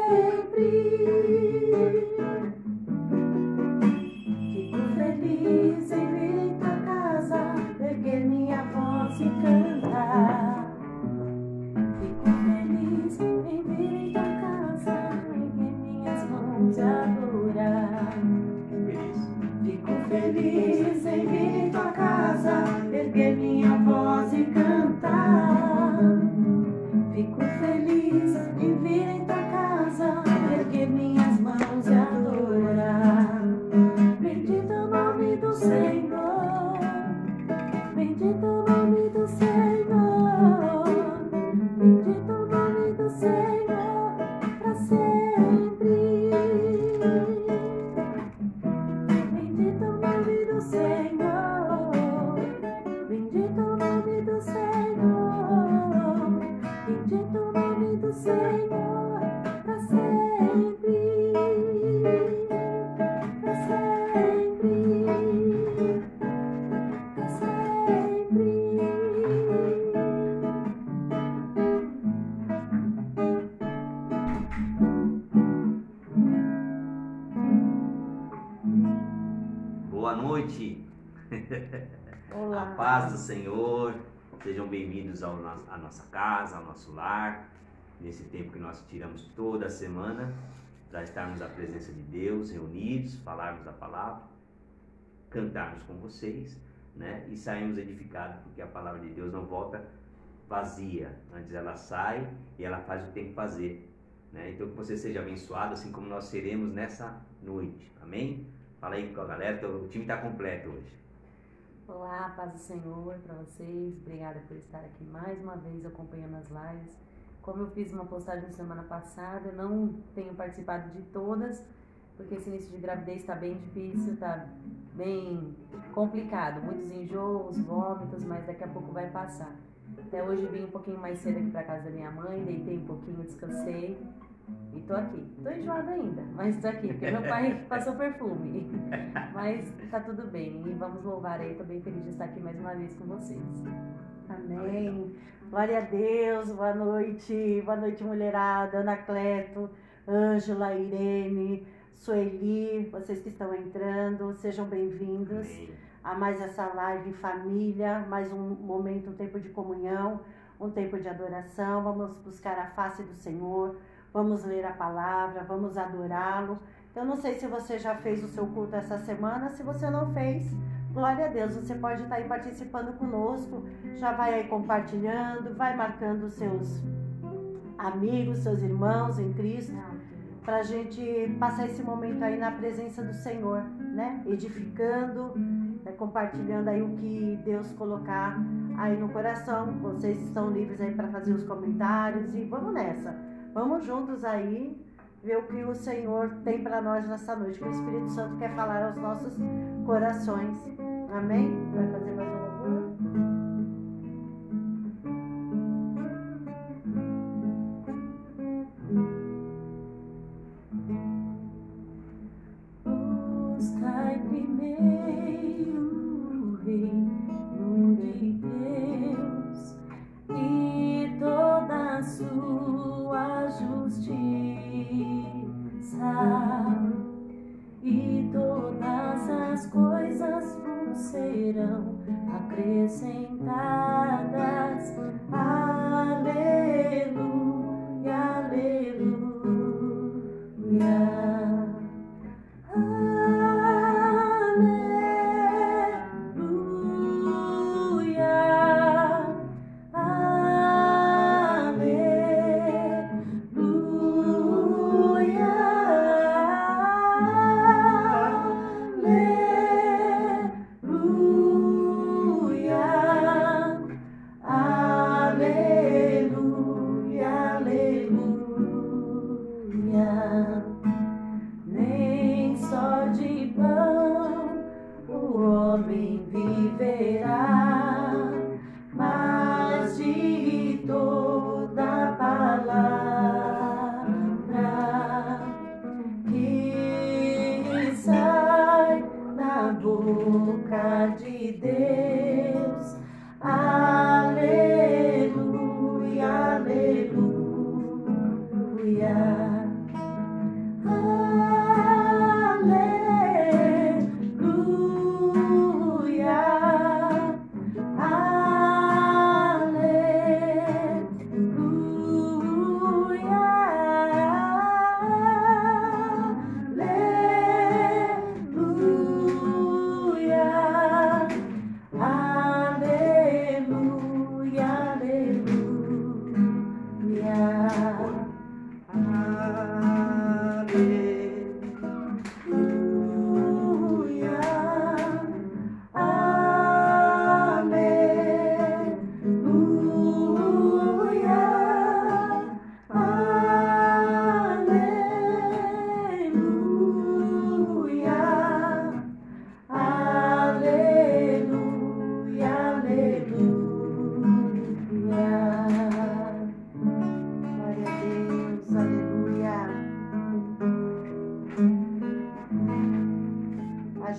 Fico feliz em vir em tua casa, erguer minha voz e cantar. Fico feliz em vir em tua casa, erguer minhas mãos e adorar. Fico feliz em vir em tua casa, erguer minha voz e cantar. Fico feliz em vir em tua casa, erguer minhas mãos e adorar. Bendito o nome do Senhor, bendito o nome do Senhor, bendito o nome do Senhor para sempre. Bendito o nome do Senhor, bendito o nome do Senhor, bendito o nome do Senhor para sempre, para sempre, para sempre. Boa noite, Olá. a paz do Senhor, sejam bem-vindos à nossa casa, ao nosso lar, nesse tempo que nós tiramos toda a semana para estarmos na presença de Deus, reunidos, falarmos da palavra, cantarmos com vocês, né? E sairmos edificados, porque a palavra de Deus não volta vazia, antes ela sai e ela faz o que tem que fazer, né? Então que você seja abençoado, assim como nós seremos nessa noite, amém? Fala aí com a galera, que o time está completo hoje. Olá, paz do Senhor para vocês. Obrigada por estar aqui mais uma vez acompanhando as lives. Como eu fiz uma postagem semana passada, eu não tenho participado de todas, porque esse início de gravidez está bem difícil, está bem complicado. Muitos enjoos, vômitos, mas daqui a pouco vai passar. Até hoje vim um pouquinho mais cedo aqui para casa da minha mãe, deitei um pouquinho, descansei. E tô aqui. Tô enjoada ainda, mas tô aqui, porque meu pai passou perfume. Mas tá tudo bem. E vamos louvar aí. Tô bem feliz de estar aqui mais uma vez com vocês. Amém. Glória a Deus. Boa noite. Boa noite, mulherada. Ana Cleto, Ângela, Irene, Sueli, vocês que estão entrando, sejam bem-vindos a mais essa live em família, mais um momento, um tempo de comunhão, um tempo de adoração. Vamos buscar a face do Senhor. Vamos ler a palavra, vamos adorá-lo. Eu não sei se você já fez o seu culto essa semana. Se você não fez, glória a Deus, você pode estar aí participando conosco. Já vai aí compartilhando, vai marcando seus amigos, seus irmãos em Cristo, para a gente passar esse momento aí na presença do Senhor, né? Edificando, compartilhando aí o que Deus colocar aí no coração. Vocês estão livres aí para fazer os comentários e vamos nessa. Vamos juntos aí ver o que o Senhor tem para nós nessa noite, que o Espírito Santo quer falar aos nossos corações. Amém? Vai fazer mais um louvor? Buscai primeiro o reino de Deus e toda a sua justiça, e todas as coisas vos serão acrescentadas. Aleluia, aleluia. Aleluia.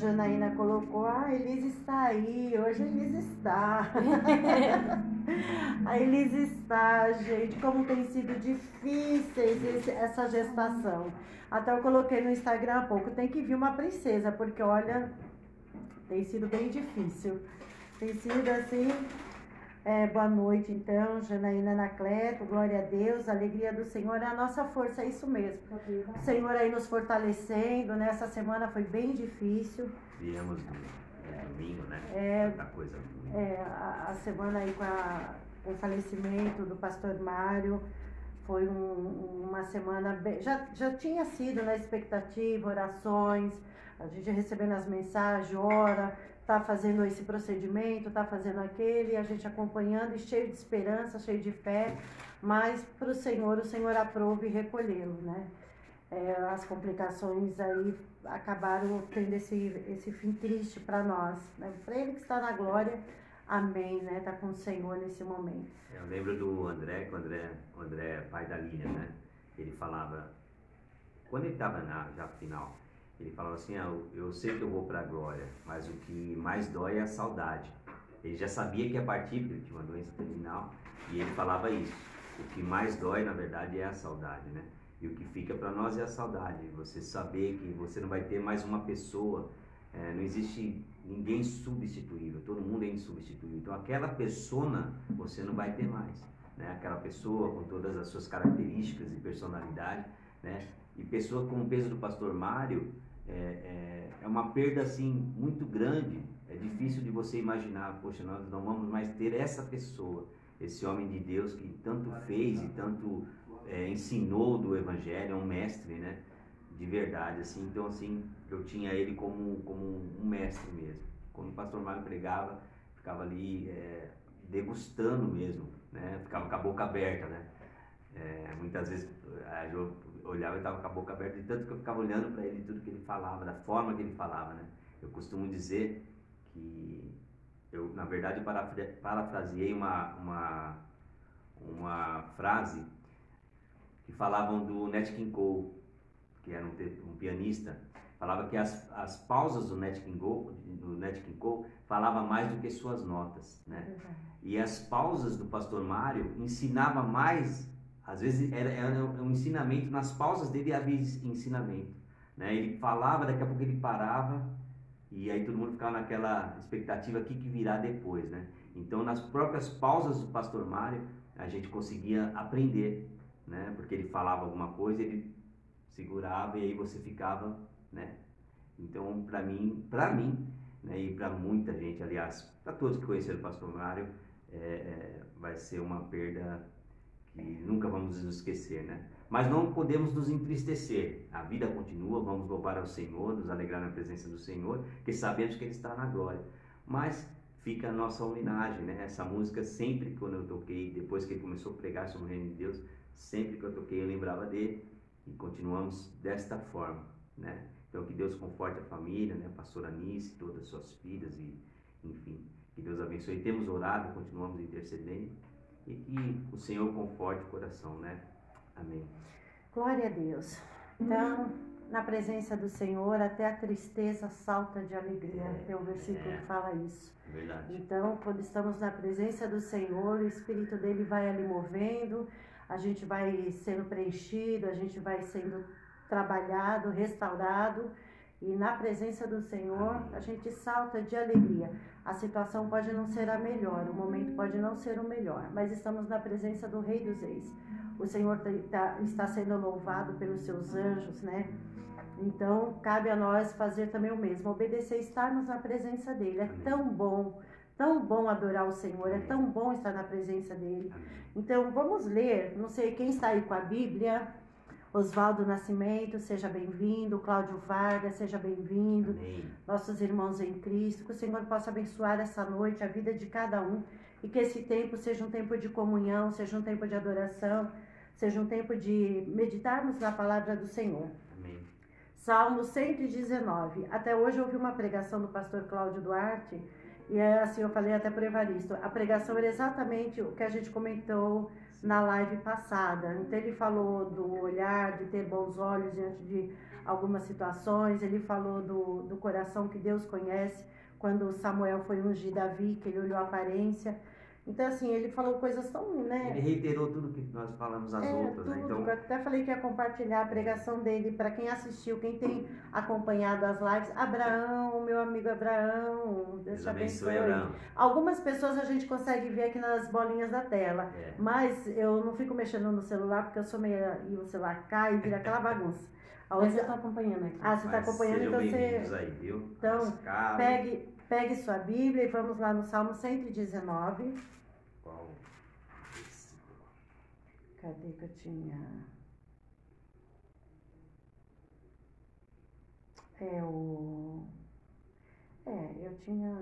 Janaína colocou, Elise está aí, hoje a Elise está. A Elise está, gente, como tem sido difíceis essa gestação. Até eu coloquei no Instagram há pouco, tem que vir uma princesa, porque olha, tem sido bem difícil. Tem sido assim, boa noite então, Janaína Anacleto, glória a Deus, a alegria do Senhor é a nossa força, é isso mesmo. O Senhor aí nos fortalecendo, né? Essa semana foi bem difícil. Viemos no domingo, né? Tanta coisa. A semana aí com o falecimento do pastor Mário, foi uma semana bem, já tinha sido na expectativa, orações, a gente recebendo as mensagens, ora, tá fazendo esse procedimento, tá fazendo aquele, a gente acompanhando e cheio de esperança, cheio de fé, mas para o Senhor aprove recolhê-lo, né? As complicações aí acabaram tendo esse fim triste para nós, né? Para ele que está na glória, amém, né? Tá com o Senhor nesse momento. Eu lembro do André, que o André é pai da Línia, né? Ele falava, quando ele estava já final, ele falava assim, eu sei que eu vou para a glória, mas o que mais dói é a saudade. Ele já sabia que ia partir, porque ele tinha uma doença terminal, e ele falava isso. O que mais dói, na verdade, é a saudade, né? E o que fica para nós é a saudade. Você saber que você não vai ter mais uma pessoa, não existe ninguém substituível, todo mundo é insubstituível. Então aquela persona você não vai ter mais, né? Aquela pessoa com todas as suas características e personalidade, né? E pessoa com o peso do pastor Mário, é uma perda assim muito grande. É difícil de você imaginar, poxa, nós não vamos mais ter essa pessoa, esse homem de Deus que tanto fez e tanto ensinou do evangelho, é um mestre, né, de verdade, assim. Então assim, eu tinha ele como um mestre mesmo. Quando o pastor Mário pregava, ficava ali degustando mesmo, né, ficava com a boca aberta, né. Muitas vezes eu olhava e estava com a boca aberta, de tanto que eu ficava olhando para ele, tudo que ele falava, da forma que ele falava, né. Eu costumo dizer que eu, na verdade, parafraseei uma frase que falavam do Nat King Cole, que era um pianista. Falava que as pausas do Nat King Cole falava mais do que suas notas, né? E as pausas do pastor Mário ensinava mais, às vezes era um ensinamento, nas pausas dele havia ensinamento, né? Ele falava, daqui a pouco ele parava, e aí todo mundo ficava naquela expectativa, que virá depois, né? Então nas próprias pausas do pastor Mário a gente conseguia aprender, né? Porque ele falava alguma coisa, ele segurava e aí você ficava, né? Então para mim, né? E para muita gente, aliás, para todos que conheceram o pastor Mário, vai ser uma perda que nunca vamos nos esquecer, né? Mas não podemos nos entristecer, a vida continua, vamos louvar ao Senhor, nos alegrar na presença do Senhor, porque sabemos que Ele está na glória. Mas fica a nossa homenagem, né? Essa música, sempre quando eu toquei, depois que ele começou a pregar sobre o reino de Deus, sempre que eu toquei eu lembrava dele, e continuamos desta forma, né? Então que Deus conforte a família, né? A pastora Anice, todas as suas filhas, e enfim, que Deus abençoe. Temos orado, continuamos intercedendo, e que o Senhor conforte o coração, né? Amém. Glória a Deus. Então, na presença do Senhor, até a tristeza salta de alegria. Tem um versículo que fala isso. Verdade. Então, quando estamos na presença do Senhor, o Espírito dele vai ali movendo, a gente vai sendo preenchido, a gente vai sendo trabalhado, restaurado, e na presença do Senhor a gente salta de alegria. A situação pode não ser a melhor, o momento pode não ser o melhor, mas estamos na presença do Rei dos Reis. O Senhor está sendo louvado pelos seus anjos, né? Então cabe a nós fazer também o mesmo, obedecer, estarmos na presença dele. É tão bom adorar o Senhor, é tão bom estar na presença dele. Então vamos ler, não sei quem está aí com a Bíblia. Oswaldo Nascimento, seja bem-vindo. Cláudio Vargas, seja bem-vindo. Nossos irmãos em Cristo, que o Senhor possa abençoar essa noite, a vida de cada um, e que esse tempo seja um tempo de comunhão, seja um tempo de adoração, seja um tempo de meditarmos na palavra do Senhor. Amém. Salmo 119. Até hoje eu ouvi uma pregação do pastor Cláudio Duarte, e assim eu falei até para o Evaristo, a pregação era exatamente o que a gente comentou na live passada. Então ele falou do olhar, de ter bons olhos diante de algumas situações, ele falou do coração que Deus conhece, quando Samuel foi ungir Davi, que ele olhou a aparência. Então assim, ele falou coisas tão, né? Ele reiterou tudo que nós falamos às outras, né? Tudo. Então, Eu até falei que ia compartilhar a pregação dele para quem assistiu, quem tem acompanhado as lives. Abraão, meu amigo Abraão, Deus te abençoe. Abraão. Algumas pessoas a gente consegue ver aqui nas bolinhas da tela, mas eu não fico mexendo no celular porque eu sou meio e o celular cai e vira aquela bagunça. Mas eu tô acompanhando aqui. Ah, você está acompanhando, então você. Aí, viu? Então, pegue sua Bíblia e vamos lá no Salmo 119. Qual? Cadê que eu tinha? Eu tinha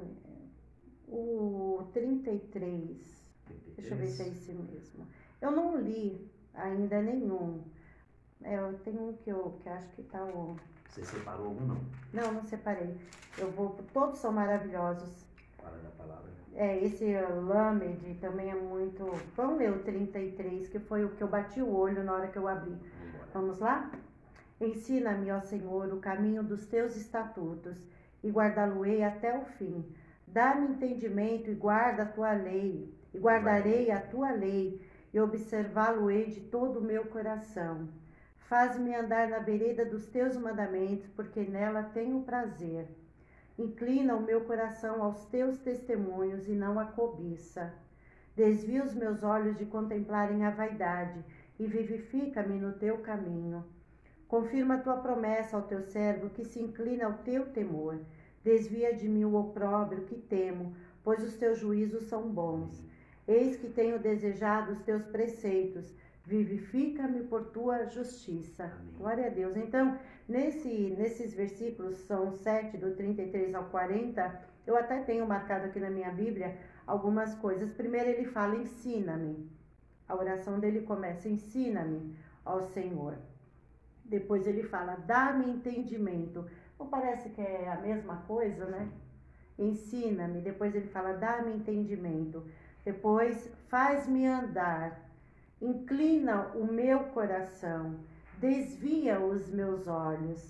o 33. Deixa eu ver se é esse mesmo. Eu não li ainda nenhum. Eu tenho um que acho que tá o... Você separou algum, não? Não separei. Todos são maravilhosos. Fala da palavra. Esse Lamed também é muito... Vamos ler o 33, que foi o que eu bati o olho na hora que eu abri. Vamos lá? Ensina-me, ó Senhor, o caminho dos teus estatutos, e guardá-lo-ei até o fim. Dá-me entendimento e guarda a tua lei, e guardarei a tua lei, e observá-lo-ei de todo o meu coração. Faz-me andar na vereda dos teus mandamentos, porque nela tenho prazer. Inclina o meu coração aos teus testemunhos e não à cobiça. Desvia os meus olhos de contemplarem a vaidade e vivifica-me no teu caminho. Confirma a tua promessa ao teu servo que se inclina ao teu temor. Desvia de mim o opróbrio que temo, pois os teus juízos são bons. Eis que tenho desejado os teus preceitos. Vivifica-me por tua justiça. Amém. Glória a Deus. Então, nesses versículos, são 7, do 33 ao 40, eu até tenho marcado aqui na minha Bíblia algumas coisas. Primeiro ele fala, ensina-me. A oração dele começa, ensina-me, ó Senhor. Depois ele fala, dá-me entendimento. Não parece que é a mesma coisa, né? Ensina-me. Depois ele fala, dá-me entendimento. Depois, faz-me andar. Inclina o meu coração, desvia os meus olhos,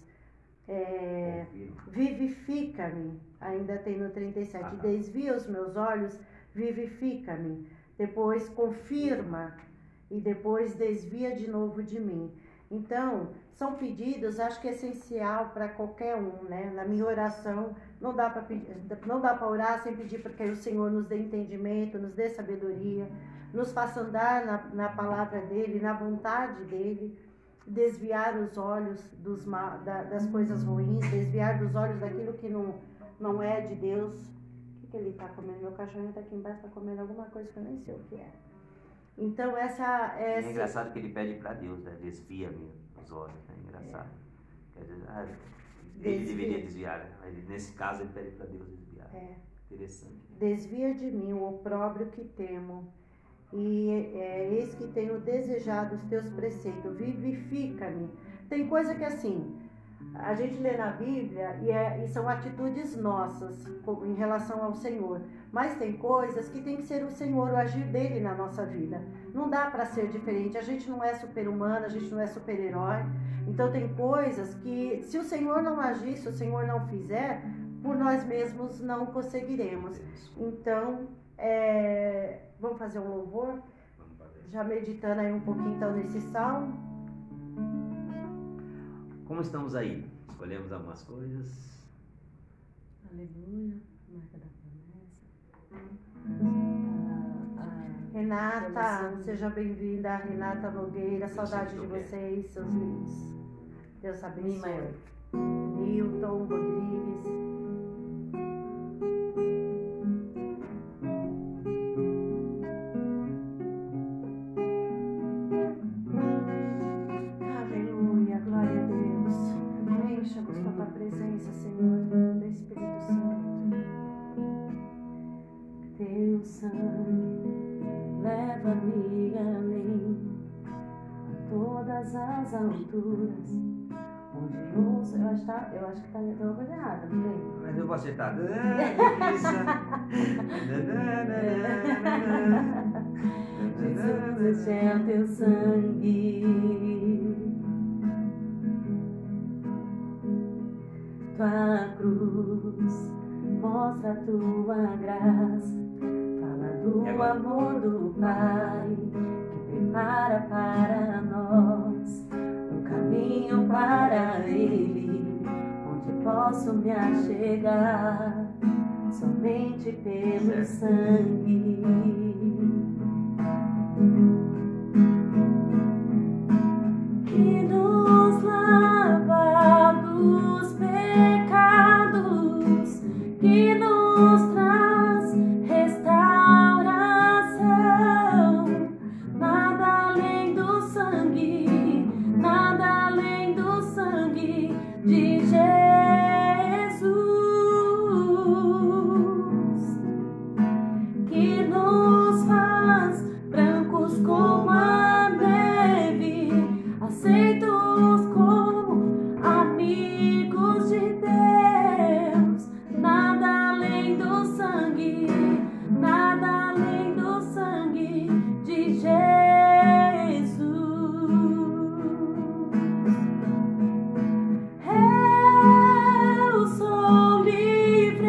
vivifica-me, ainda tem no 37, desvia os meus olhos, vivifica-me, depois confirma e depois desvia de novo de mim. Então, são pedidos, acho que é essencial para qualquer um, né? Na minha oração, não dá para orar sem pedir para que o Senhor nos dê entendimento, nos dê sabedoria, nos faça andar na palavra dele, na vontade dele, desviar os olhos das coisas ruins, desviar dos olhos daquilo que não é de Deus. O que ele está comendo? Meu cachorrinho está aqui embaixo, está comendo alguma coisa que eu nem sei o que é. Então É engraçado que ele pede para Deus, né? Desvia-me os olhos, né? Engraçado. Quer dizer, ele deveria desviar, né? Mas nesse caso ele pede para Deus desviar. Interessante. Desvia de mim o opróbrio que temo. E eis que tenho desejado os teus preceitos, vivifica-me. Tem coisa que assim, a gente lê na Bíblia e são atitudes nossas em relação ao Senhor. Mas tem coisas que tem que ser o Senhor, o agir dele na nossa vida. Não dá para ser diferente. A gente não é super-humano, a gente não é super-herói. Então tem coisas que, se o Senhor não agir, se o Senhor não fizer, por nós mesmos não conseguiremos. Então, vamos fazer um louvor? Vamos fazer. Já meditando aí um pouquinho então nesse salmo. Como estamos aí? Escolhemos algumas coisas. Aleluia. Marca da promessa. Renata, seja bem-vinda. Renata Nogueira, saudade de vocês, seus lindos. Deus abençoe. Nilton Rodrigues. Presença, Senhor, do Espírito Santo. Teu sangue leva-me além a todas as alturas, onde ouço. Eu acho que tá alguma coisa errada, não tem? Mas eu vou acertar. Jesus, este é o teu sangue. Tua cruz mostra a tua graça, fala do amor do Pai, que prepara para nós um caminho para Ele, onde posso me achegar somente pelo sangue. Que nos lava dos pecados, que nos traz restauração. Nada além do sangue, nada além do sangue de Jesus, que nos faz brancos como a neve, aceitos como amigos de Deus. Nada além do sangue, nada além do sangue de Jesus. Eu sou livre,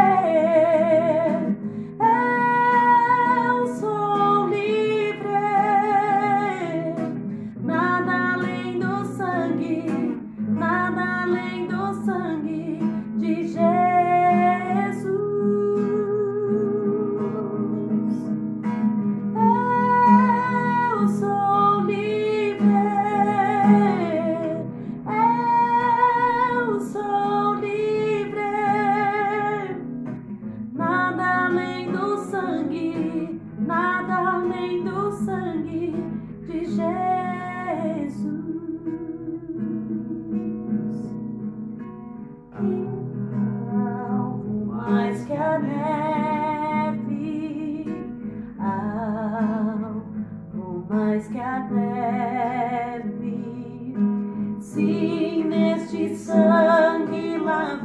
eu sou livre. Nada além do sangue, nada além do sangue de Jesus. Eu sou livre, eu sou livre. Nada além do sangue, nada além do sangue de Jesus. Algo mais que a neve, algo mais que a neve. Sim, neste sangue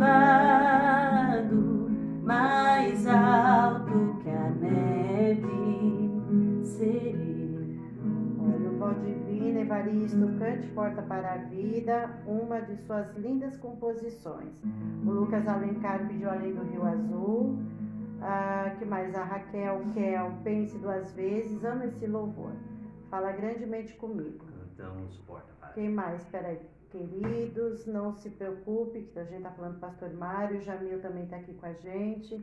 lavado, mais alto que a neve serei. Olha, o Valdivino Evaristo, Cante Porta para a Vida, uma de suas lindas composições. O Lucas Alencar pediu Além do Rio Azul. Que mais? A Raquel Kel, Pense Duas Vezes, amo esse louvor. Fala grandemente comigo. Cantamos Porta para a Vida. Quem mais? Espera aí. Queridos, não se preocupe, que a gente está falando do pastor Mário, o Jamil também está aqui com a gente.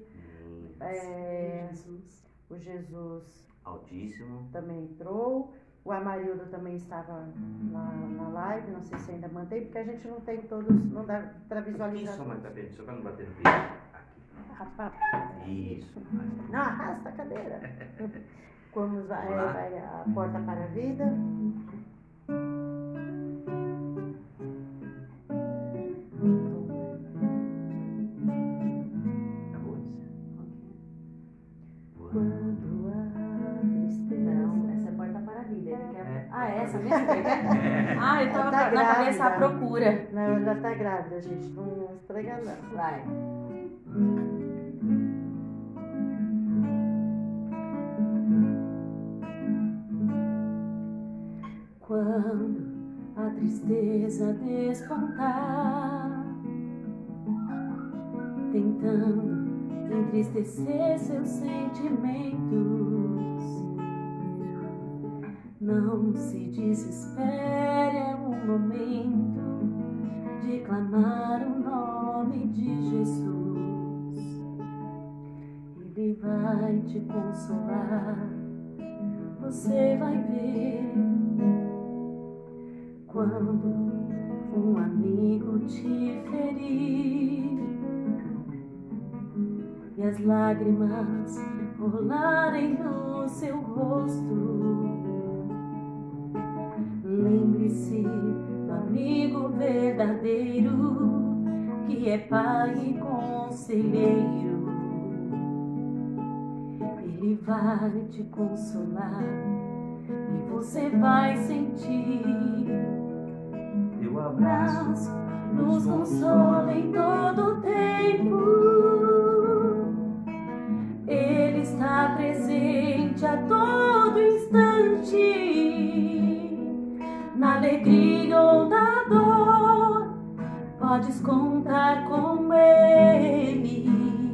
O Jesus Altíssimo. também entrou. O Amarildo também estava na live, não sei se ainda mantém, porque a gente não tem todos, não dá para visualizar. Isso, mas tá todos. bem, só para não bater no peito. Aqui. Rapaz, Isso. não arrasta a cadeira. Como vai a Porta para a Vida. Acabou isso? Quando a tristeza. Não, essa é Porta para a Vida. Ele quer... É. Ah, é essa mesmo? Ah, eu tava Tá na cabeça à grávida. procura. Não, ela tá grávida, gente. Não estraga não. Vai. Quando a tristeza despontar, tentando entristecer seus sentimentos, não se desespere, é um momento de clamar o nome de Jesus. Ele vai te consolar, você vai ver. Quando um amigo te ferir e as lágrimas rolarem no seu rosto, lembre-se do amigo verdadeiro, que é pai e conselheiro. Ele vai te consolar e você vai sentir Teu abraço nos consola em todo tempo. Ele está presente a todo instante. na alegria ou na dor, podes contar com Ele.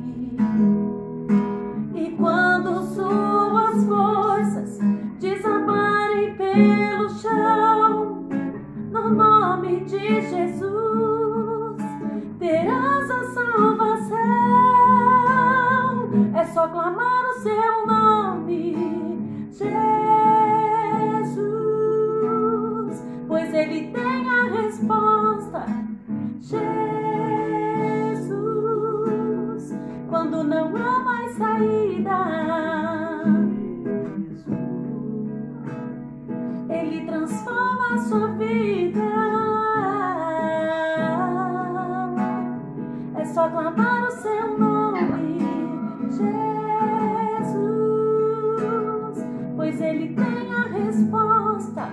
E quando suas forças desabarem pelo chão, no nome de Jesus terás a salvação. É só clamar o seu nome, Jesus, pois Ele tem a resposta. Jesus, quando não há mais saída, Ele transforma a sua vida. É só clamar o seu nome, Jesus, pois Ele tem a resposta.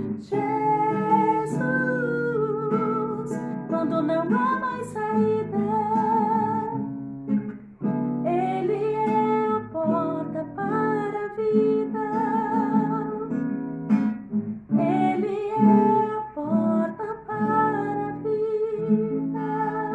Jesus, quando não há mais saída, Ele é a porta para a vida. Ele é a porta para a vida.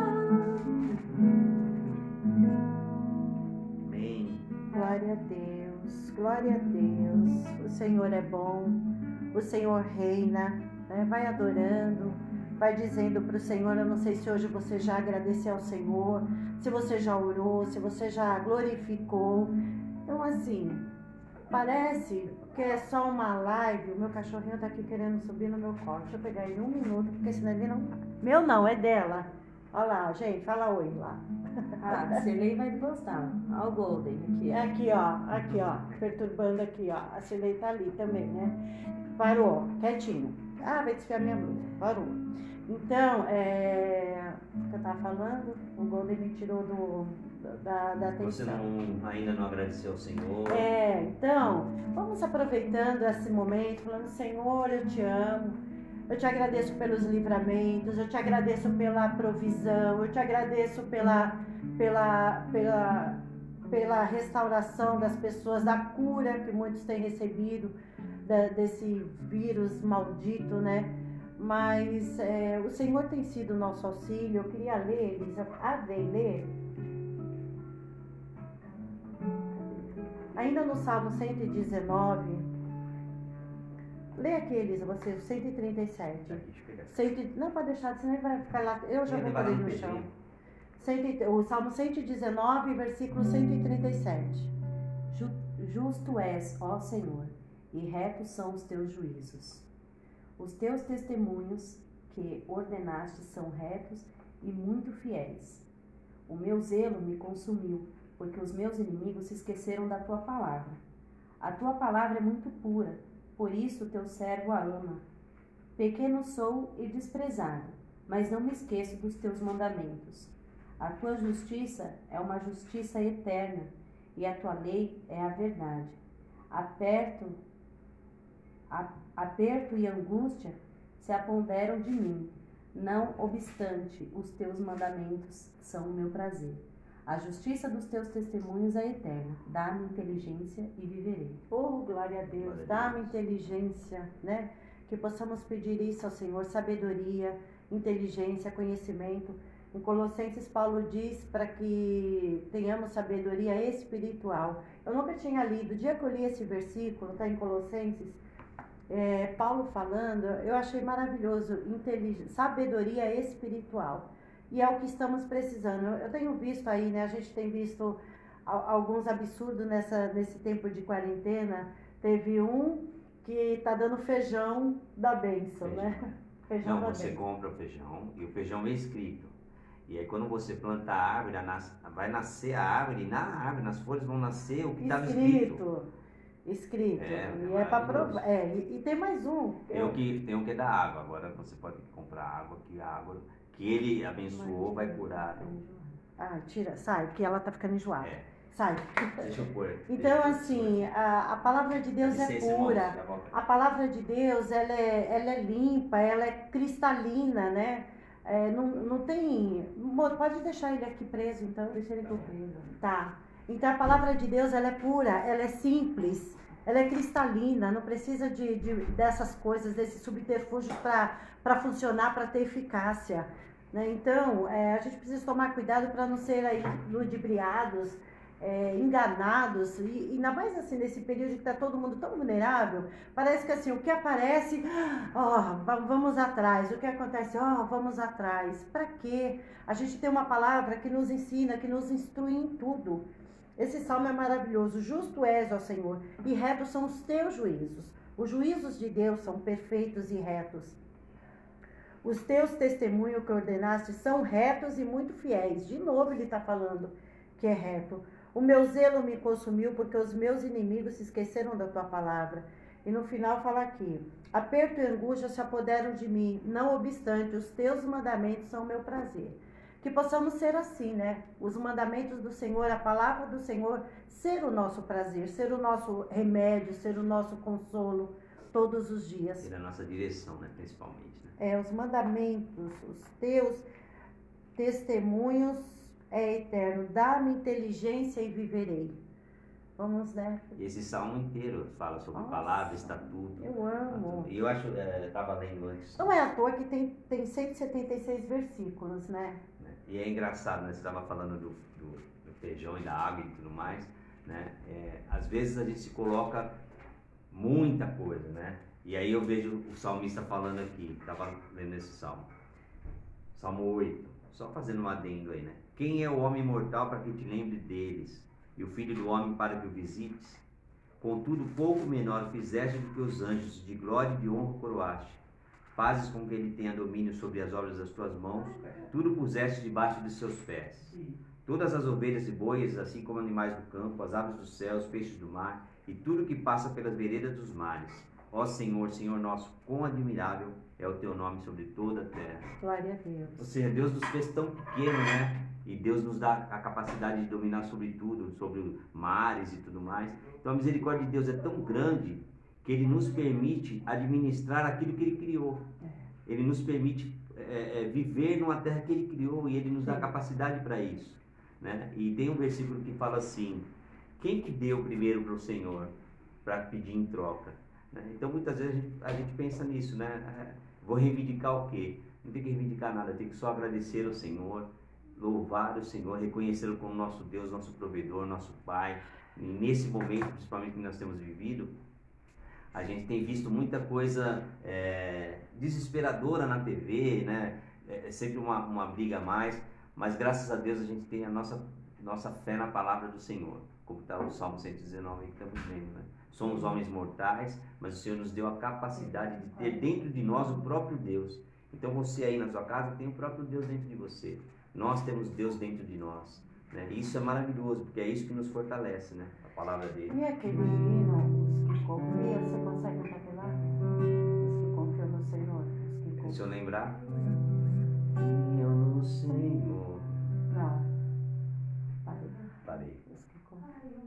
Amém. Glória a Deus, glória a Deus. O Senhor é bom, o Senhor reina, né? Vai adorando, vai dizendo para o Senhor. Eu não sei se hoje você já agradeceu ao Senhor, se você já orou, se você já glorificou. Então, assim, parece que é só uma live. O meu cachorrinho tá aqui querendo subir no meu colo. Deixa eu pegar ele 1 minuto, porque senão ele não... Meu não, é dela. Olha lá, gente, fala oi lá. Ah, a Cirlei vai gostar. Olha o Golden aqui. Aqui, ó, perturbando aqui, ó. A Cirlei tá ali também, né? Parou, quietinho. Ah, vai desfiar minha blusa. Parou. Então, o que eu tava falando, o Golden me tirou da Você atenção. ainda não agradeceu ao Senhor? Então, vamos aproveitando esse momento, falando: Senhor, eu te amo, eu te agradeço pelos livramentos, eu te agradeço pela provisão, eu te agradeço pela restauração das pessoas, da cura que muitos têm recebido desse vírus maldito, né? Mas o Senhor tem sido o nosso auxílio. Eu queria ler, Elisa, ler. Ainda no Salmo 119, lê aqui, Elisa, você, o 137. Deixa eu pegar. Não, pode deixar, senão ele vai ficar lá, eu já vou pôr ele no chão. O Salmo 119, versículo 137. Justo és, ó Senhor, e retos são os teus juízos. Os teus testemunhos que ordenaste são retos e muito fiéis. O meu zelo me consumiu, porque os meus inimigos se esqueceram da tua palavra. A tua palavra é muito pura, por isso teu servo a ama. Pequeno sou e desprezado, mas não me esqueço dos teus mandamentos. A tua justiça é uma justiça eterna, e a tua lei é a verdade. Aperto e angústia se apoderam de mim. Não obstante, os teus mandamentos são o meu prazer. A justiça dos teus testemunhos é eterna. Dá-me inteligência e viverei. Oh, glória a Deus. Dá-me inteligência, né? Que possamos pedir isso ao Senhor, sabedoria, inteligência, conhecimento. Em Colossenses, Paulo diz para que tenhamos sabedoria espiritual. Eu nunca tinha lido. O dia que eu li esse versículo, está em Colossenses, Paulo falando, eu achei maravilhoso. Sabedoria espiritual. E é o que estamos precisando. Eu tenho visto aí, né? A gente tem visto alguns absurdos nesse tempo de quarentena. Teve um que está dando feijão da bênção, né? Feijão Não, da você bênção. compra o feijão e o feijão é escrito. E aí quando você planta a árvore, vai nascer a árvore, e na árvore, nas folhas vão nascer o que estava escrito. Escrito. É, E é para maravilhoso. provar. E tem mais um. Tem um que é da água. Agora você pode comprar água, que a água que ele abençoou vai curar. Ah, tira, sai, porque ela tá ficando enjoada. Sai. Deixa eu pôr. Então, assim, a palavra de Deus é pura. A palavra de Deus, ela é limpa, ela é cristalina, né? Não tem... Pode deixar ele aqui preso, então. Deixa ele aqui preso. Tá. Então, a palavra de Deus, ela é pura, ela é simples, ela é cristalina, não precisa dessas coisas, desses subterfúgios para funcionar, para ter eficácia. Né? Então, a gente precisa tomar cuidado para não ser aí ludibriados, enganados, e ainda mais assim nesse período que está todo mundo tão vulnerável. Parece que assim, o que aparece, vamos atrás, o que acontece, vamos atrás. Para quê? A gente tem uma palavra que nos ensina, que nos instrui em tudo. Esse salmo é maravilhoso. Justo és, ó Senhor, e retos são os teus juízos. Os juízos de Deus são perfeitos e retos. Os teus testemunhos que ordenaste são retos e muito fiéis. De novo ele está falando que é reto. O meu zelo me consumiu porque os meus inimigos se esqueceram da tua palavra. E no final fala aqui: aperto e angústia se apoderam de mim, não obstante, os teus mandamentos são meu prazer. Que possamos ser assim, né? Os mandamentos do Senhor, a palavra do Senhor, ser o nosso prazer, ser o nosso remédio, ser o nosso consolo todos os dias. Ser a nossa direção, né? Principalmente. Né? Os mandamentos, os teus testemunhos é eterno. Dá-me inteligência e viverei. Vamos, né? E esse salmo inteiro fala sobre palavra, estatuto. Eu amo. E eu acho, estava lendo antes. Não é à toa que tem 176 versículos, né? E é engraçado, né? Você estava falando do feijão e da água e tudo mais, né? Às vezes a gente se coloca muita coisa, né? E aí eu vejo o salmista falando aqui, estava lendo esse salmo. Salmo 8, só fazendo um adendo aí, né? Quem é o homem mortal para que te lembre deles? E o filho do homem para que o visites? Contudo, pouco menor fizeste do que os anjos, de glória e de honra coroaste. Fazes com que ele tenha domínio sobre as obras das tuas mãos, tudo puseste debaixo de seus pés. Todas as ovelhas e bois, assim como animais do campo, as aves do céu, os peixes do mar, e tudo que passa pelas veredas dos mares. Ó Senhor, Senhor nosso, quão admirável é o teu nome sobre toda a terra. Glória a Deus. Ou seja, Deus nos fez tão pequeno, né? E Deus nos dá a capacidade de dominar sobre tudo, sobre mares e tudo mais. Então a misericórdia de Deus é tão grande que Ele nos permite administrar aquilo que Ele criou. Ele nos permite viver numa terra que Ele criou e Ele nos dá a capacidade para isso. Né? E tem um versículo que fala assim: quem que deu primeiro para o Senhor para pedir em troca? Né? Então muitas vezes a gente pensa nisso, né? Vou reivindicar o quê? Não tem que reivindicar nada, tem que só agradecer ao Senhor, louvar o Senhor, reconhecê-lo como nosso Deus, nosso provedor, nosso Pai. E nesse momento, principalmente que nós temos vivido, a gente tem visto muita coisa desesperadora na TV, né? É sempre uma briga a mais, mas graças a Deus a gente tem a nossa fé na palavra do Senhor, como está o Salmo 119 que estamos vendo, né? Somos homens mortais, mas o Senhor nos deu a capacidade de ter dentro de nós o próprio Deus. Então você aí na sua casa tem o próprio Deus dentro de você. Nós temos Deus dentro de nós. Né? Isso é maravilhoso, porque é isso que nos fortalece, né? A palavra dele. E aquele hino, os que confiam, você consegue cantar aquele lá? Os que confiam no Senhor. Os que confiam. Se eu lembrar. Confiam no Senhor. Não. Parei. Os que confiam.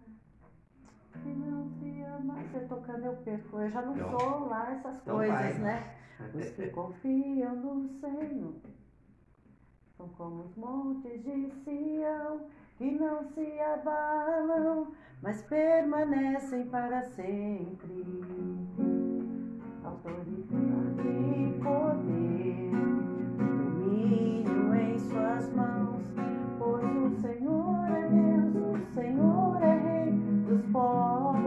Que não se ama. Você tocando eu perco. Eu já não sou lá essas então coisas, vai. né? Os que confiam no Senhor são como os montes de Sião, que não se abalam, mas permanecem para sempre. Autoridade e poder, domínio em suas mãos, pois o Senhor é Deus, o Senhor é Rei dos povos.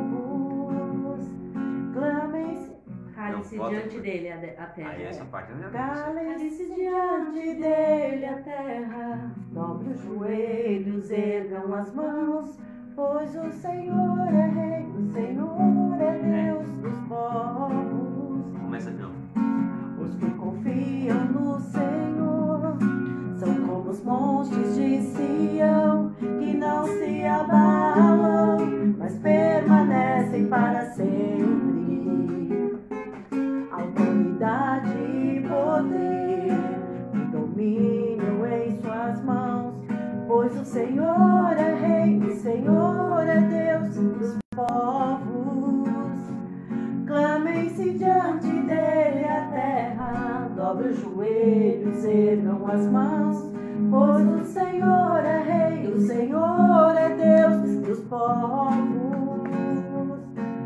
Clamem-se. Cale-se diante dele a terra. Aí essa parte eu não Cale-se diante dele a terra, dobre os joelhos, ergam as mãos, pois o Senhor é Rei, o Senhor é Deus dos povos. Começa não. Os que confiam no Senhor são como os montes de Sião, que não se abalam, mas permanecem para sempre. Autoridade e poder, e domínio em suas mãos, pois o Senhor é Rei, o Senhor é Deus dos povos. Clamem-se diante dele a terra, dobre os joelhos, ergam as mãos, pois o Senhor é Rei, o Senhor é Deus dos povos.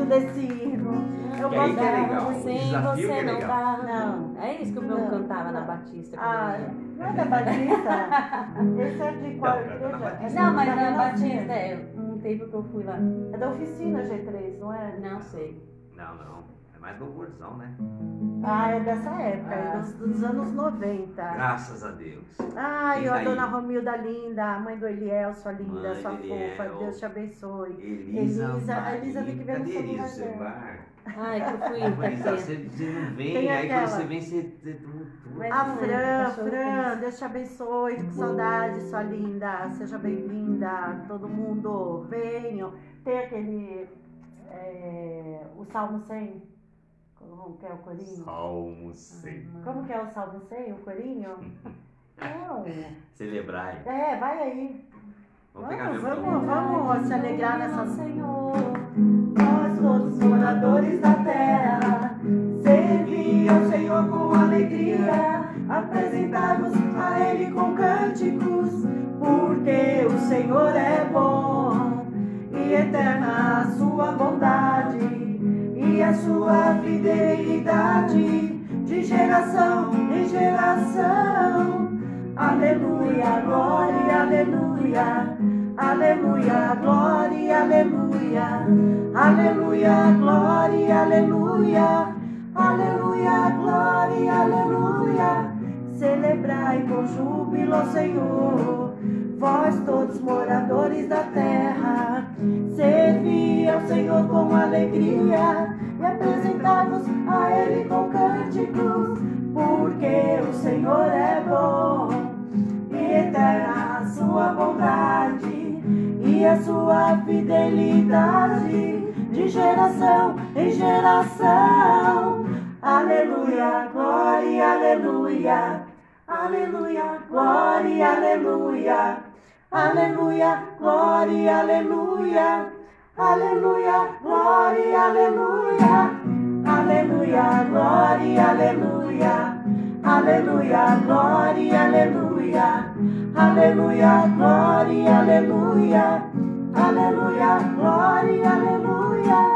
muito desse hino. Eu Que aí que é gostava. legal. O Sem desafio que você é não legal. dá. Não. É isso que o meu Não. cantava na Batista. quando Ah, eu ia. não é da Batista? Esse é de qual Não, canta na igreja? Batista. Não, mas da na Renascença. Batista, um tempo que eu fui lá. É da oficina G3, não é? Não sei. Não. É mais louvorzão, né? Ah, é dessa época, Ah. dos anos 90. Graças a Deus. Ai, Quem ó, tá dona aí? Romilda linda, a mãe do Eliel, sua linda, Mãe sua do fofa, Eliel. Deus te abençoe. Elisa, A Elisa tem que ver no cadê Elisa, celular o dela. celular? Ai, que eu fui. Elisa, Tá você não vem, Tem aí aquela. quando você vem, você tudo. Mas A não é, Fran, cachorro Fran, Deus te abençoe, tô com saudade, sua linda, seja bem-vinda, todo mundo, venham. Tem aquele, o Salmo 100, como que é o corinho? Salmo 100. Como que é o Salmo 100, o corinho? Não, Celebrai. vai aí. Vamos pegar mesmo. Vamos se alegrar nessa... Senhor. Nós todos moradores da terra, servir ao Senhor com alegria, apresentar-vos a Ele com cânticos, porque o Senhor é bom e eterna a sua bondade e a sua fidelidade de geração em geração. Aleluia, glória, aleluia. Aleluia, glória, aleluia. Aleluia, glória, aleluia. Aleluia, glória, aleluia. Celebrai com júbilo ao Senhor, vós todos moradores da terra. Servi ao Senhor com alegria e apresentai-vos a Ele com cânticos, porque o Senhor é bom e eterna a sua bondade e a sua fidelidade de geração em geração. Aleluia, glória, aleluia. Aleluia, glória, aleluia. Aleluia, glória, aleluia. Aleluia, glória, aleluia. Aleluia, glória, aleluia. Aleluia, glória, aleluia. Aleluia, glória, aleluia. Aleluia, glória, aleluia.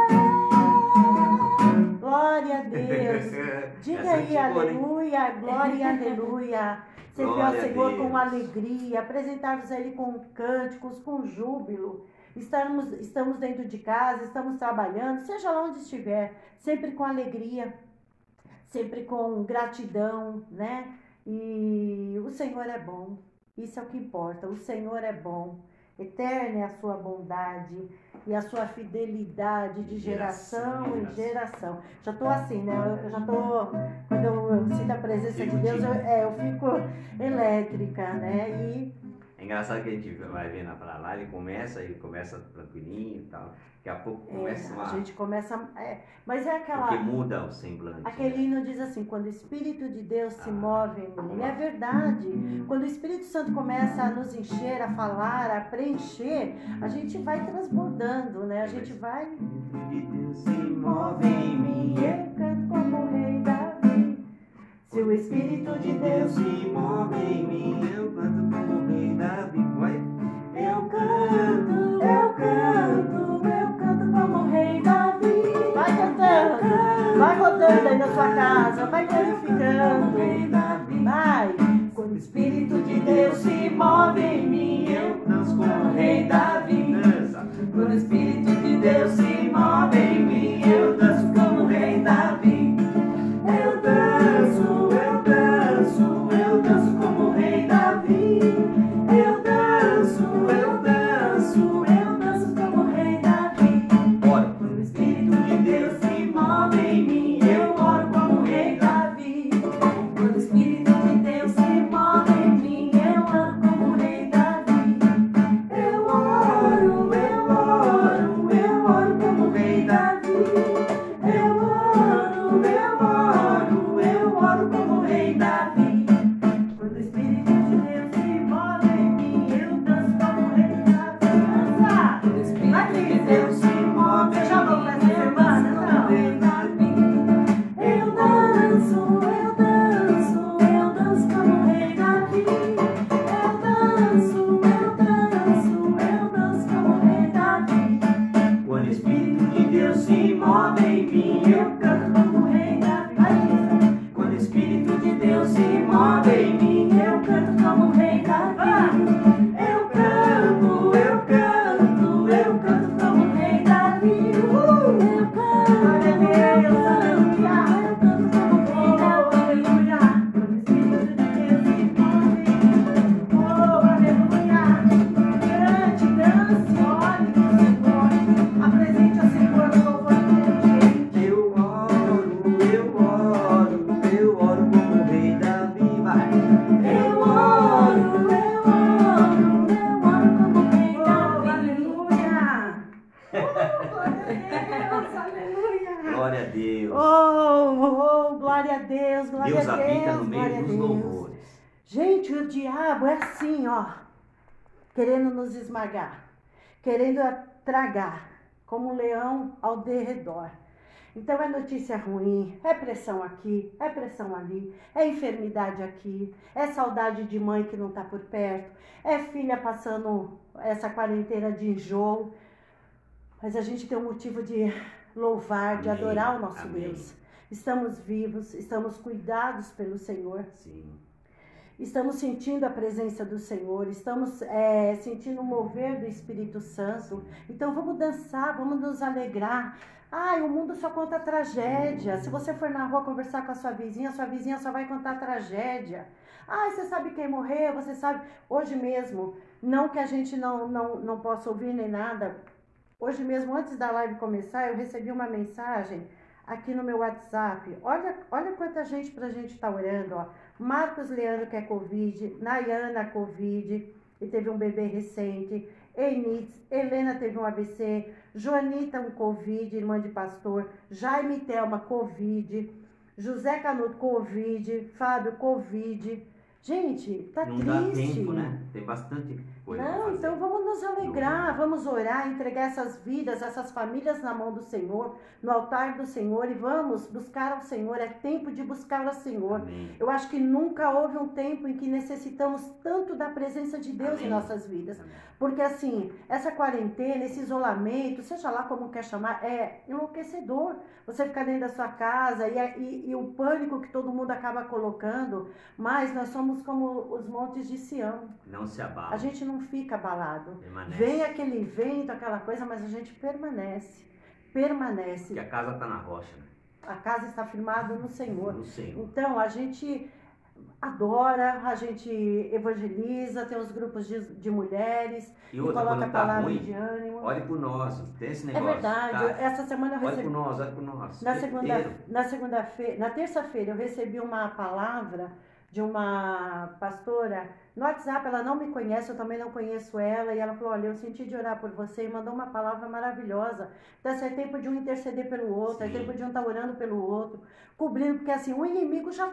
Glória a Deus. Diga Essa aí, é boa, né? aleluia, glória, aleluia. Servir ao Glória a Senhor Deus. com alegria, apresentar-vos a Ele com cânticos, com júbilo. Estamos dentro de casa, estamos trabalhando, seja lá onde estiver, sempre com alegria, sempre com gratidão, né? E o Senhor é bom, isso é o que importa, o Senhor é bom. Eterna é a sua bondade e a sua fidelidade de geração em geração. Já estou assim, né? Eu já estou, quando eu sinto a presença de Deus, eu fico elétrica, né? É engraçado que a gente vai vendo pra lá, ele começa tranquilinho e tal. Daqui a pouco começa A gente começa... mas é aquela... Porque muda o semblante. Aquele né? hino diz assim, quando o Espírito de Deus se move em vamos mim. lá. É verdade. Quando o Espírito Santo começa a nos encher, a falar, a preencher, a gente vai transbordando, né? A gente vai... E Deus se move em mim. Eu canto como o rei Davi. Se o Espírito de Deus se move em mim, eu canto como o rei Davi. Vai. Eu canto como o rei Davi. Vai cantando, vai rodando aí na sua casa, vai glorificando. Vai. Quando o Espírito de Deus se move em mim, eu danço como o rei Davi. Dança. Quando o Espírito de Deus se move em mim, eu danço como o rei Davi. Eu danço como o rei Davi. Eu danço como o rei Davi. Bora. Quando o Espírito de Deus se move em mim, eu oro como o rei Davi. Quando o Espírito de Deus se move em mim, eu oro como o rei o diabo é assim, ó, querendo nos esmagar, querendo tragar, como um leão ao derredor. Então é notícia ruim, é pressão aqui, é pressão ali, é enfermidade aqui, é saudade de mãe que não está por perto, é filha passando essa quarentena de enjoo. Mas a gente tem um motivo de louvar, de Amém, adorar o nosso amém. Deus. Estamos vivos, estamos cuidados pelo Senhor. Sim. Estamos sentindo a presença do Senhor, estamos sentindo o mover do Espírito Santo. Então vamos dançar, vamos nos alegrar. Ai, o mundo só conta tragédia. Se você for na rua conversar com a sua vizinha só vai contar tragédia. Ai, você sabe quem morreu, você sabe. Hoje mesmo, não que a gente não possa ouvir nem nada. Hoje mesmo, antes da live começar, eu recebi uma mensagem aqui no meu WhatsApp. Olha quanta gente pra gente estar orando, ó. Marcos Leandro que é Covid, Nayana Covid, e teve um bebê recente, Enitz, Helena teve um AVC, Joanita um Covid, irmã de pastor, Jaime Thelma Covid, José Canuto Covid, Fábio Covid. Gente, tá Não triste. dá tempo, né? Tem bastante coisa pra Não, fazer. então vamos nos alegrar, vamos orar, entregar essas vidas, essas famílias na mão do Senhor, no altar do Senhor, e vamos buscar ao Senhor. É tempo de buscar ao Senhor. Amém. Eu acho que nunca houve um tempo em que necessitamos tanto da presença de Deus Amém. em nossas vidas. Amém. Porque assim, essa quarentena, esse isolamento, seja lá como quer chamar, é enlouquecedor. Você ficar dentro da sua casa e o pânico que todo mundo acaba colocando, mas nós somos como os montes de Sião. Não se abala. A gente não fica abalado. Permanece. Vem aquele vento, aquela coisa, mas a gente permanece. Permanece. Porque a casa está na rocha, né? A casa está firmada no Senhor. No Senhor. Então, a gente adora, a gente evangeliza, tem os grupos de mulheres, E outra, coloca a quando tá palavra ruim, de ânimo. olhe por nós. Tem esse É negócio. verdade. Tá? Essa semana eu Olhe recebi. por nós, olhe por nós. Na O tempo inteiro. segunda-feira, na terça-feira, eu recebi uma palavra de uma pastora no WhatsApp. Ela não me conhece, eu também não conheço ela, e ela falou: olha, eu senti de orar por você, e mandou uma palavra maravilhosa. Então, assim, é tempo de um interceder pelo outro, é Sim. tempo de um estar orando pelo outro, cobrindo, porque assim, o inimigo já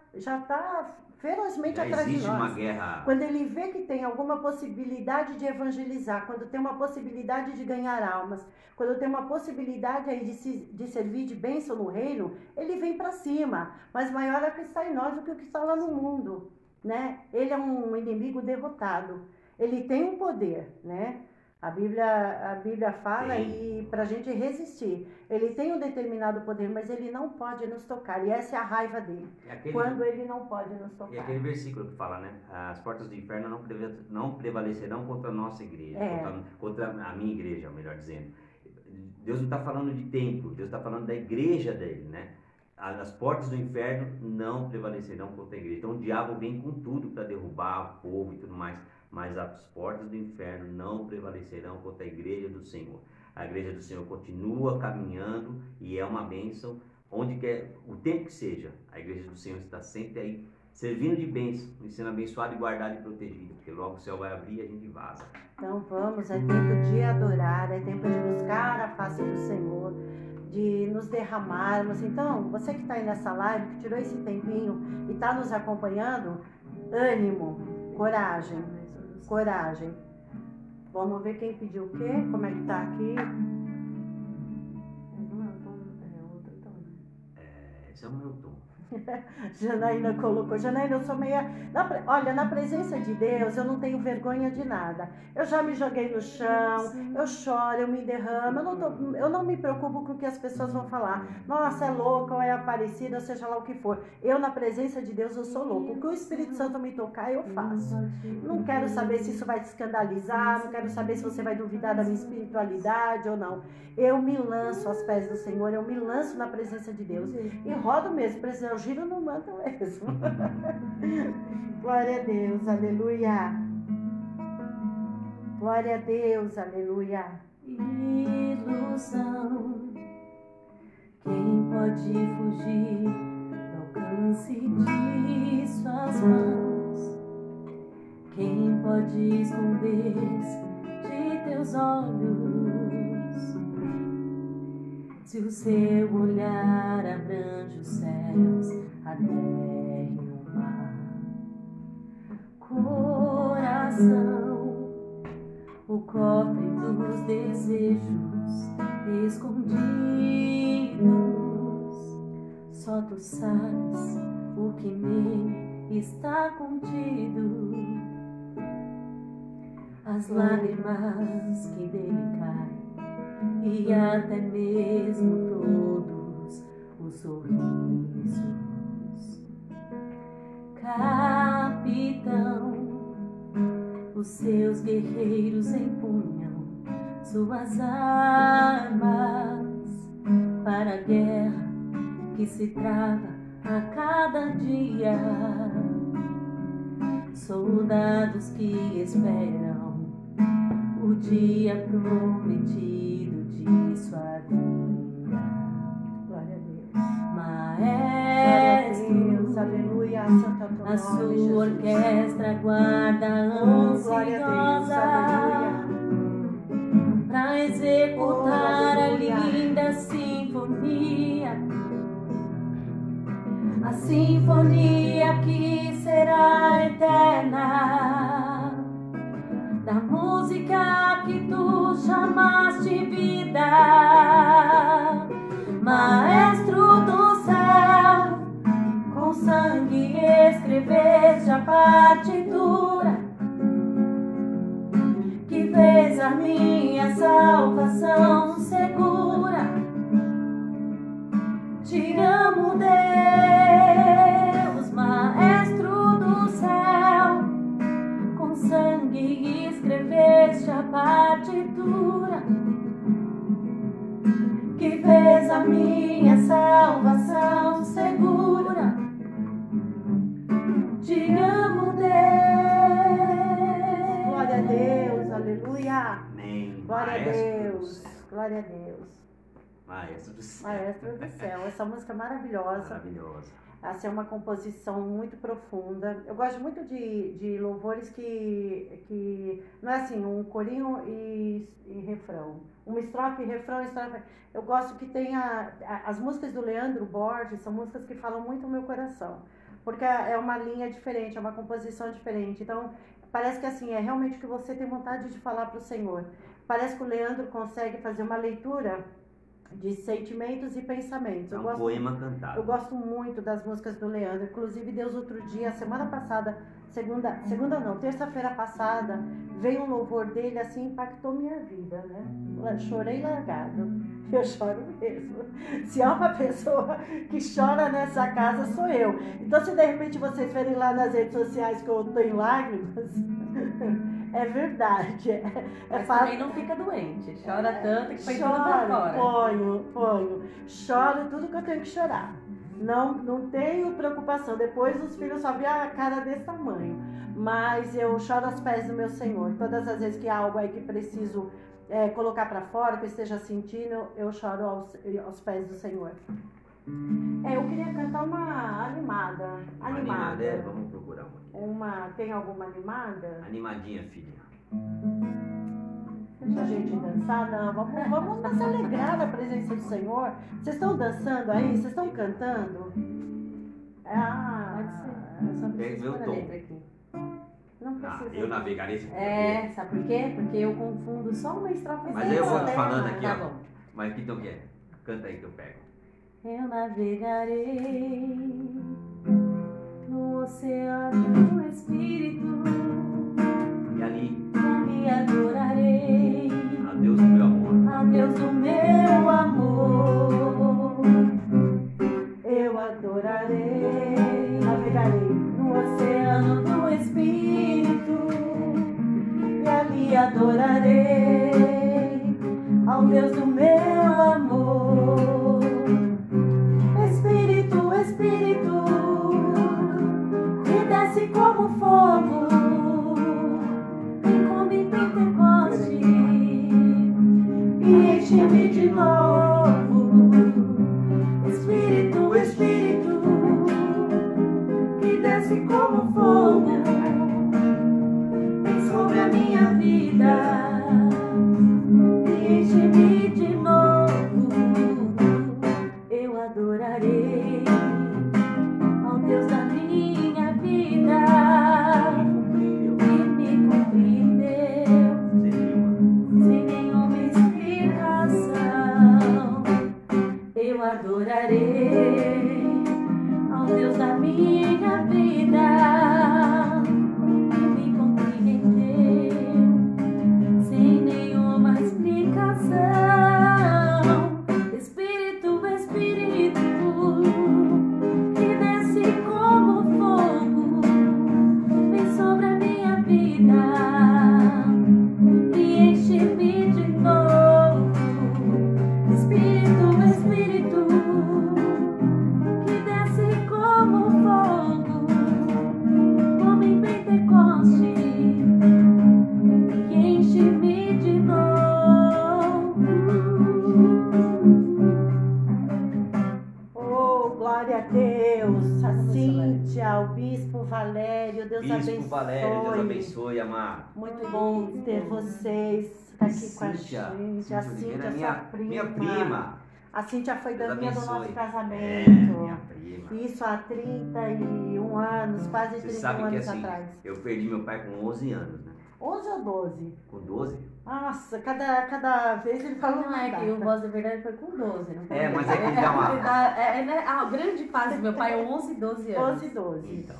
tá ferozmente Já atrás de existe nós. uma guerra. Quando ele vê que tem alguma possibilidade de evangelizar, quando tem uma possibilidade de ganhar almas, quando tem uma possibilidade aí de servir de bênção no reino, ele vem para cima. Mas maior é o que está em nós do que o que está lá no mundo, né? Ele é um inimigo derrotado. Ele tem um poder, né? A Bíblia fala Tem. e para a gente resistir. Ele tem um determinado poder, mas ele não pode nos tocar. E essa é a raiva dele. É aquele, Quando ele não pode nos é tocar. aquele versículo que fala, né? As portas do inferno não prevalecerão contra a nossa igreja. É. Contra a minha igreja, melhor dizendo. Deus não está falando de templo, Deus está falando da igreja dele, né? As portas do inferno não prevalecerão contra a igreja. Então o diabo vem com tudo para derrubar o povo e tudo mais. Mas as portas do inferno não prevalecerão contra a igreja do Senhor. A igreja do Senhor continua caminhando e é uma bênção onde quer, o tempo que seja. A igreja do Senhor está sempre aí servindo de bênção, sendo abençoado e guardado e protegido, porque logo o céu vai abrir e a gente vaza. Então vamos, é tempo de adorar, é tempo de buscar a face do Senhor, de nos derramarmos. Então, você que está aí nessa live, que tirou esse tempinho e está nos acompanhando, ânimo, coragem, coragem. Vamos ver quem pediu o quê, como é que tá aqui. Não é o tom, é outro tom. Esse é o meu tom. Janaína colocou. Janaína, eu sou meia... Olha, na presença de Deus, eu não tenho vergonha de nada. Eu já me joguei no chão, eu choro, eu me derramo. Eu não me preocupo com o que as pessoas vão falar. Nossa, é louca ou é aparecida, seja lá o que for. Eu, na presença de Deus, eu sou louco. O que o Espírito Santo me tocar, eu faço. Não quero saber se isso vai te escandalizar, não quero saber se você vai duvidar da minha espiritualidade ou não. Eu me lanço aos pés do Senhor, eu me lanço na presença de Deus. E rodo mesmo, precisar, eu giro no manto mesmo. Glória a Deus, aleluia. Glória a Deus, aleluia. Ilusão, quem pode fugir do alcance de suas mãos? Quem pode esconder-se de teus olhos? Se o seu olhar abrange os céus, a terra e o mar, coração, o cofre dos desejos escondidos. Só tu sabes o que nele está contido, as lágrimas que dele caem e até mesmo todos os sorrisos. Capitão, os seus guerreiros empunham suas armas para a guerra que se trava a cada dia. Soldados que esperam o dia prometido de sua vida. Glória a Deus. Maestro, Glória a Deus. Aleluia. Santo é o teu a nome, sua Jesus. orquestra guarda Oh, glória a Deus. ansiosa Aleluia. pra executar Oh, a aleluia. linda sinfonia, a sinfonia que será eterna, da música que tu chamaste vida. Maestro do céu, com sangue escreveste a partitura que fez a minha salvação segura. Te amo, Deus, Maestro do céu, com sangue escreveste a partitura que fez a minha salvação segura. Te amo, Deus. Glória a Deus. Aleluia. Amém. Glória a Maestro do Deus. céu. Glória a Deus. Maestro do céu. Maestro do céu. Essa música é maravilhosa. Maravilhosa. Essa é uma composição muito profunda. Eu gosto muito de louvores que não é assim, um corinho e refrão. Uma estrofe, refrão, estrofe. Eu gosto que tenha... As músicas do Leandro Borges são músicas que falam muito ao meu coração. Porque é uma linha diferente, é uma composição diferente. Então, parece que assim, é realmente o que você tem vontade de falar para o Senhor. Parece que o Leandro consegue fazer uma leitura de sentimentos e pensamentos. É um poema cantado. Eu gosto muito das músicas do Leandro. Inclusive, Deus outro dia, semana passada, segunda não, terça-feira passada, veio um louvor dele, assim, impactou minha vida, né? Chorei largado. Eu choro mesmo. Se há uma pessoa que chora nessa casa, sou eu. Então, se de repente vocês verem lá nas redes sociais que eu tô em lágrimas, é verdade. Mas também não fica doente. Chora tanto que põe tudo pra fora. Ponho. Choro tudo que eu tenho que chorar. Não tenho preocupação. Depois os filhos só vêem a cara desse tamanho. Mas eu choro aos pés do meu Senhor. Todas as vezes que há algo aí que preciso colocar pra fora, que eu esteja sentindo, eu choro aos pés do Senhor. Eu queria cantar uma animada. Animada, vamos procurar uma. Tem alguma animada? Animadinha, filha. Pra gente dançar? Não, vamos nos alegrar na presença do Senhor. Vocês estão dançando aí? Vocês estão cantando? Pode ser. Eu só Tem preciso meu pôr a tom. letra aqui. Não precisa. Eu navegarei esse Sabe por quê? Porque eu confundo só uma estrofe. Mas aí eu vou te problema. falando aqui, Tá ó. bom. Mas que tu quer? Canta aí que eu pego. Eu navegarei no oceano do Espírito E ali, e adorarei adeus meu amor. a Deus o meu amor. Eu adorarei, navegarei No oceano do Espírito e ali adorarei ao Deus do meu amor. Espírito, Espírito, que desce como fogo, vem como em Pentecoste e enche-me de novo. Espírito, Espírito, que desce como fogo, vem sobre a minha vida e enche-me de novo. Eu adorarei ao Deus da minha vida, que me Deus Bispo abençoe. Valério, Deus abençoe, amado. Muito bom ter vocês aqui com a Cíntia, gente. A Cíntia Cíntia, Oliveira, sua prima. minha prima. A Cíntia foi Deus daminha do abençoe. nosso É, casamento. minha prima. Isso há 31 anos, quase Você 31 sabe que anos assim, atrás. eu perdi meu pai com 11 anos, né? 11 ou 12? Com 12? Nossa, cada vez ele fala Não uma é que o data. Voz da Verdade foi com 12, não foi? É, mas é que dá uma... A grande fase do meu pai é 11 e 12 anos. 11 e 12. Então,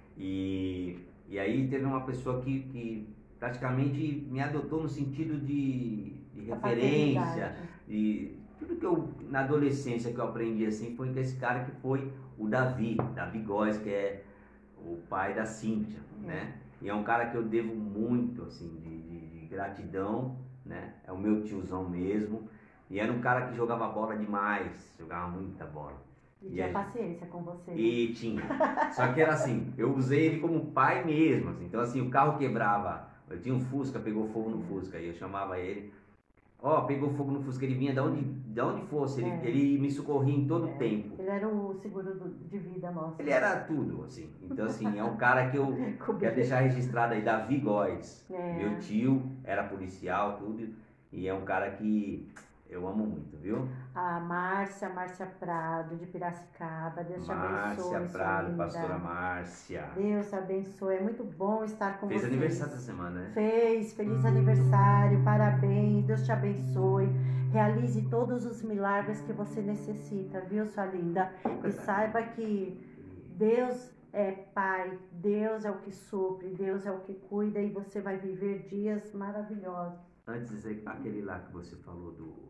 e aí teve uma pessoa que praticamente me adotou no sentido de A referência, paternidade. e tudo que eu, na adolescência, que eu aprendi assim, foi com esse cara que foi o Davi Góes, que é o pai da Cíntia, né? E é um cara que eu devo muito, assim, de gratidão, né? É o meu tiozão mesmo, e era um cara que jogava bola demais, jogava muita bola. E E tinha aí? paciência com você. E tinha. Só que era assim, eu usei ele como pai mesmo. Assim. Então assim, o carro quebrava. Eu tinha um Fusca, pegou fogo no Fusca. E eu chamava ele. Ó, pegou fogo no Fusca. Ele vinha de onde fosse. Ele me socorria em todo tempo. Ele era o seguro de vida nosso. Ele era tudo, assim. Então assim, é um cara que eu quero deixar registrado aí, Davi Góes. Meu tio era policial, tudo. E é um cara que eu amo muito, viu? A Márcia Prado, de Piracicaba. Deus te abençoe. Márcia sua Prado, linda. pastora Márcia. Deus te abençoe. É muito bom estar com Fez vocês. aniversário essa semana, né? Fez. Feliz aniversário. Parabéns. Deus te abençoe. Realize todos os milagres que você necessita, viu, sua linda? E saiba que Deus é Pai, Deus é o que supre, Deus é o que cuida e você vai viver dias maravilhosos. Antes, aquele lá que você falou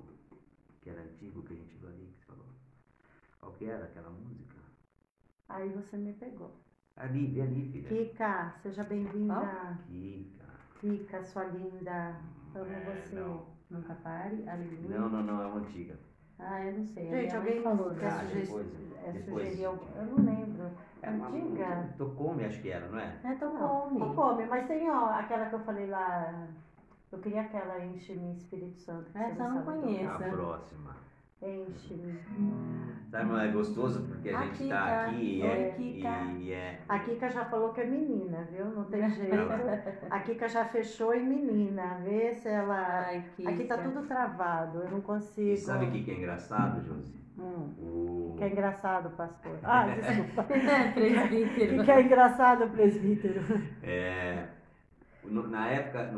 que era antigo, que a gente viu ali, que você falou. Qual que era aquela música? Aí você me pegou. Ali, filha. Kika, seja bem-vinda. Kika. Kika, sua linda. Amo você. Não. Nunca pare, aleluia. Não, é uma antiga. Ah, eu não sei. Gente, A minha alguém mãe falou. quer depois. sugerir algum? Eu não lembro. É uma Antiga? Tocou-me, acho que era, não é? É, então Não, come. come, mas tem ó, aquela que eu falei lá. Eu queria aquela Enche-me Espírito Santo. que Essa você eu não sabe conheço. A Essa. próxima. Enche-me. Sabe, mas é gostoso porque a A gente Kika. tá aqui Oi, Kika. e é. A Kika já falou que é menina, viu? Não tem jeito. A Kika já fechou em menina. Vê se ela. Ai, Kika. Aqui tá tudo travado, eu não consigo. E sabe o que é engraçado, Josi? Que é engraçado, pastor. Ah, desculpa. Presbítero. Que é engraçado, presbítero. Na época,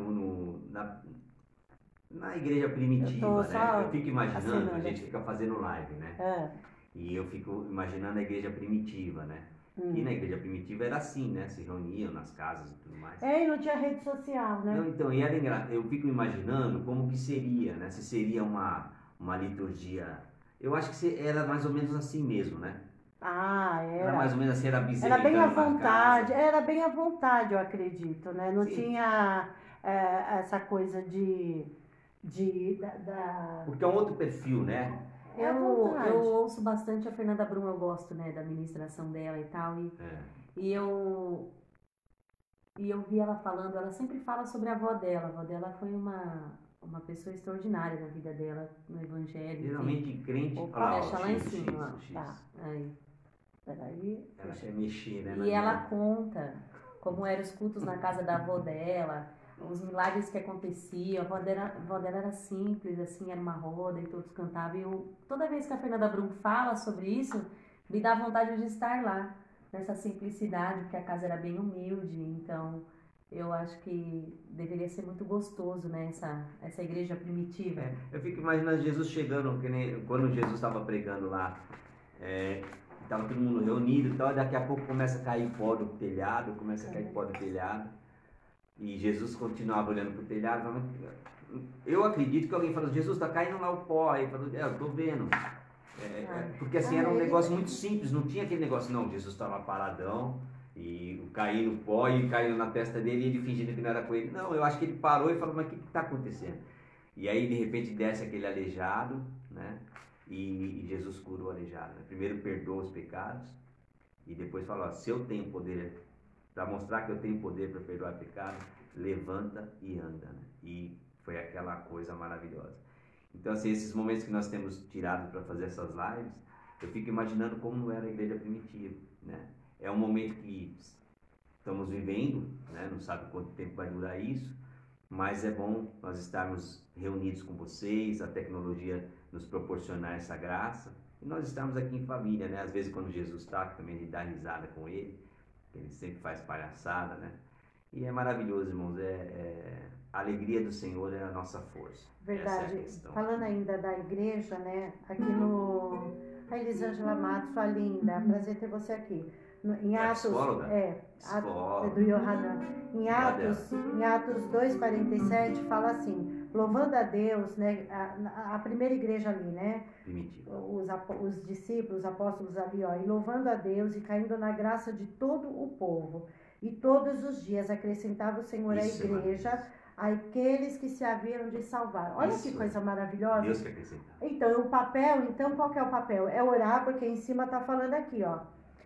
na igreja primitiva, né? Eu fico imaginando, assinando a gente aqui. fica fazendo live, né? É. E eu fico imaginando a igreja primitiva, né? E na igreja primitiva era assim, né? Se reuniam nas casas e tudo mais. É, e não tinha rede social, né? Não, então, eu fico imaginando como que seria, né? Se seria uma liturgia. Eu acho que era mais ou menos assim mesmo, né? Ah, Era mais ou menos assim, era Era biserica bem à numa vontade, casa. era bem à vontade, eu acredito, né? Não Sim. tinha essa coisa Porque é um outro perfil, né? É à Eu vontade. ouço bastante a Fernanda Brum, eu gosto, né, da ministração dela e tal. E eu vi ela falando, ela sempre fala sobre a avó dela. A avó dela foi uma pessoa extraordinária na vida dela, no evangelho. Geralmente crente Opa, fala, ó, deixa lá em X, cima, X, X. Tá. Aí. Peraí. Ela quer mexer, né? E ela conta como eram os cultos na casa da avó dela, os milagres que aconteciam. A avó dela era simples, assim, era uma roda e todos cantavam. E toda vez que a Fernanda Brum fala sobre isso, me dá vontade de estar lá, nessa simplicidade, porque a casa era bem humilde. Então, eu acho que deveria ser muito gostoso, né, essa igreja primitiva. Eu fico imaginando Jesus chegando, que nem quando Jesus estava pregando lá, estava todo mundo reunido e tal, e daqui a pouco começa a cair pó do telhado, e Jesus continuava olhando para o telhado, falando, eu acredito que alguém falou, Jesus, está caindo lá o pó, aí falou, eu estou vendo. Porque assim, era um negócio muito simples, não tinha aquele negócio, não, Jesus estava paradão, e caindo no pó, e caindo na testa dele, e ele fingindo que não era com ele. Não, eu acho que ele parou e falou, mas o que está acontecendo? E aí, de repente, desce aquele aleijado, né? E Jesus cura o aleijado. Né? Primeiro perdoa os pecados, e depois fala, ó, se eu tenho poder, para mostrar que eu tenho poder para perdoar pecados, levanta e anda. Né? E foi aquela coisa maravilhosa. Então, assim, esses momentos que nós temos tirado para fazer essas lives, eu fico imaginando como era a igreja primitiva, né? É um momento que estamos vivendo, né? Não sabe quanto tempo vai durar isso, mas é bom nós estarmos reunidos com vocês, a tecnologia nos proporcionar essa graça, e nós estamos aqui em família, né? Às vezes quando Jesus está, também a gente dá risada com ele, ele sempre faz palhaçada, né? E é maravilhoso, irmãos, a alegria do Senhor é a nossa força. Verdade. Essa é a questão. Falando ainda da igreja, né? Aqui a Elisângela Matos, sua linda, prazer ter você aqui. Em Atos, psicóloga? é Psicóloga. do Yohanan. Em Atos 2:47 fala assim: louvando a Deus, né? A primeira igreja ali, né? Primitiva. Os discípulos, os apóstolos ali, ó, e louvando a Deus e caindo na graça de todo o povo. E todos os dias acrescentava o Senhor à Isso é igreja aqueles que se haviam de salvar. Olha Isso. que coisa maravilhosa. Deus que acrescentar. Então, o papel, então, qual que é o papel? É orar, porque em cima está falando aqui, ó.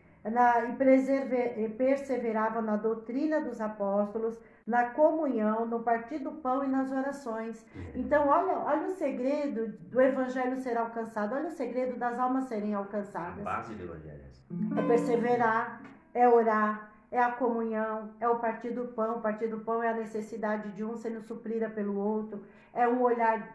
E perseveravam na doutrina dos apóstolos, na comunhão, no partir do pão e nas orações. Então, olha o segredo do evangelho ser alcançado, olha o segredo das almas serem A alcançadas. base do evangelho é essa. É perseverar, é orar, é a comunhão, é o partir do pão. O partir do pão é a necessidade de um sendo suprida pelo outro, é um olhar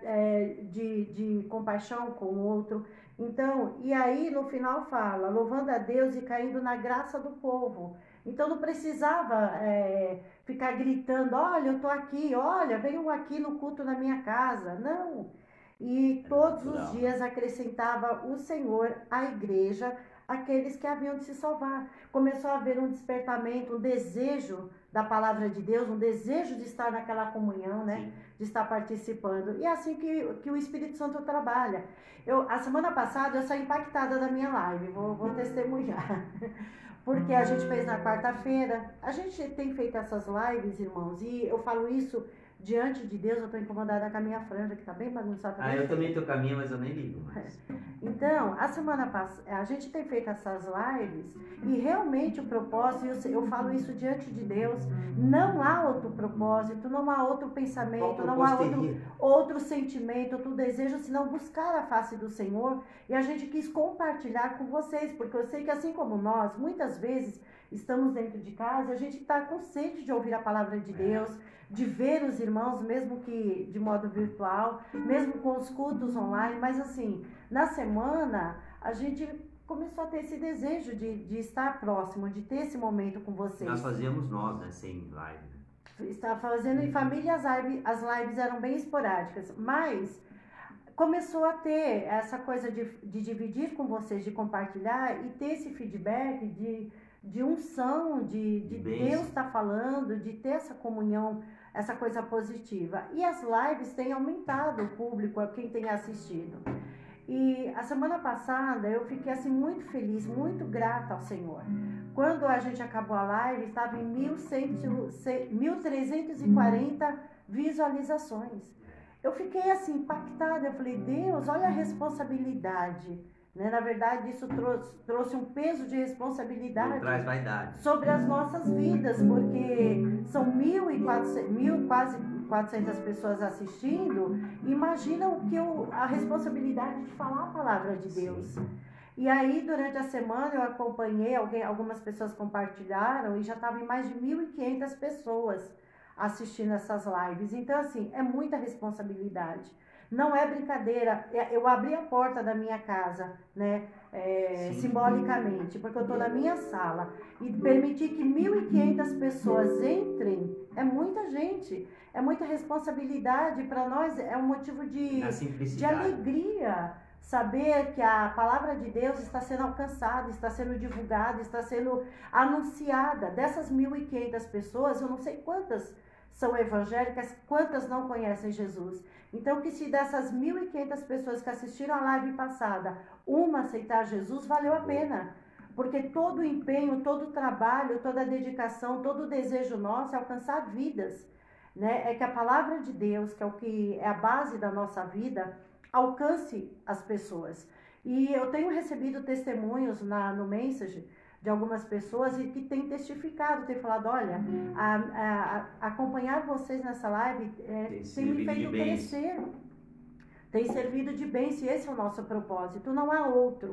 de compaixão com o outro. Então, e aí no final fala, louvando a Deus e caindo na graça do povo. Então não precisava ficar gritando, olha, eu estou aqui, olha, venham aqui no culto na minha casa. Não. E todos os dias acrescentava o Senhor à igreja aqueles que haviam de se salvar. Começou a haver um despertamento, um desejo da palavra de Deus, um desejo de estar naquela comunhão, né? Sim. De estar participando. E é assim que o Espírito Santo trabalha. A semana passada eu saí impactada da minha live, vou testemunhar. Porque a gente fez na quarta-feira. A gente tem feito essas lives, irmãos, e eu falo isso diante de Deus. Eu estou incomodada com a minha franja, que está bem bagunçada. Eu também estou com a minha, mas eu nem ligo mais. Então, a semana passada, a gente tem feito essas lives e realmente o propósito, eu falo isso diante de Deus, não há outro propósito, não há outro pensamento, não há outro sentimento, outro desejo, senão buscar a face do Senhor. E a gente quis compartilhar com vocês, porque eu sei que assim como nós, muitas vezes estamos dentro de casa, a gente está com sede de ouvir a palavra de Deus, de ver os irmãos, mesmo que de modo virtual, mesmo com os cultos online, mas assim, na semana a gente começou a ter esse desejo de estar próximo, de ter esse momento com vocês. Nós fazíamos né, sem live. Né? Estava fazendo em família, as lives eram bem esporádicas, mas começou a ter essa coisa de dividir com vocês, de compartilhar e ter esse feedback de unção, de Deus estar falando, de ter essa comunhão, essa coisa positiva. E as lives têm aumentado o público, quem tem assistido. E a semana passada eu fiquei assim muito feliz, muito grata ao Senhor. Quando a gente acabou a live, estava em 1.340 visualizações. Eu fiquei assim impactada, eu falei, Deus, olha a responsabilidade. Né? Na verdade, isso trouxe um peso de responsabilidade traz vaidade sobre as nossas vidas, porque são 1.400, quase 400 pessoas assistindo. Imagina a responsabilidade de falar a palavra de Deus. Sim. E aí, durante a semana, eu acompanhei, algumas pessoas compartilharam e já estava em mais de 1.500 pessoas assistindo essas lives. Então, assim, é muita responsabilidade. Não é brincadeira. Eu abri a porta da minha casa, né, simbolicamente, porque eu estou na minha sala, e permitir que 1.500 pessoas entrem, é muita gente, é muita responsabilidade. Para nós é um motivo de alegria saber que a palavra de Deus está sendo alcançada, está sendo divulgada, está sendo anunciada. Dessas 1.500 pessoas, eu não sei quantas são evangélicas, quantas não conhecem Jesus. Então, que se dessas 1.500 pessoas que assistiram a live passada, uma aceitar Jesus, valeu a pena. Porque todo o empenho, todo o trabalho, toda a dedicação, todo o desejo nosso é alcançar vidas. Né? É que a palavra de Deus, que é o que é a base da nossa vida, alcance as pessoas. E eu tenho recebido testemunhos no Message de algumas pessoas e que têm testificado, têm falado, olha, acompanhar vocês nessa live tem me feito crescer, tem servido de bênção, e esse é o nosso propósito, não há outro,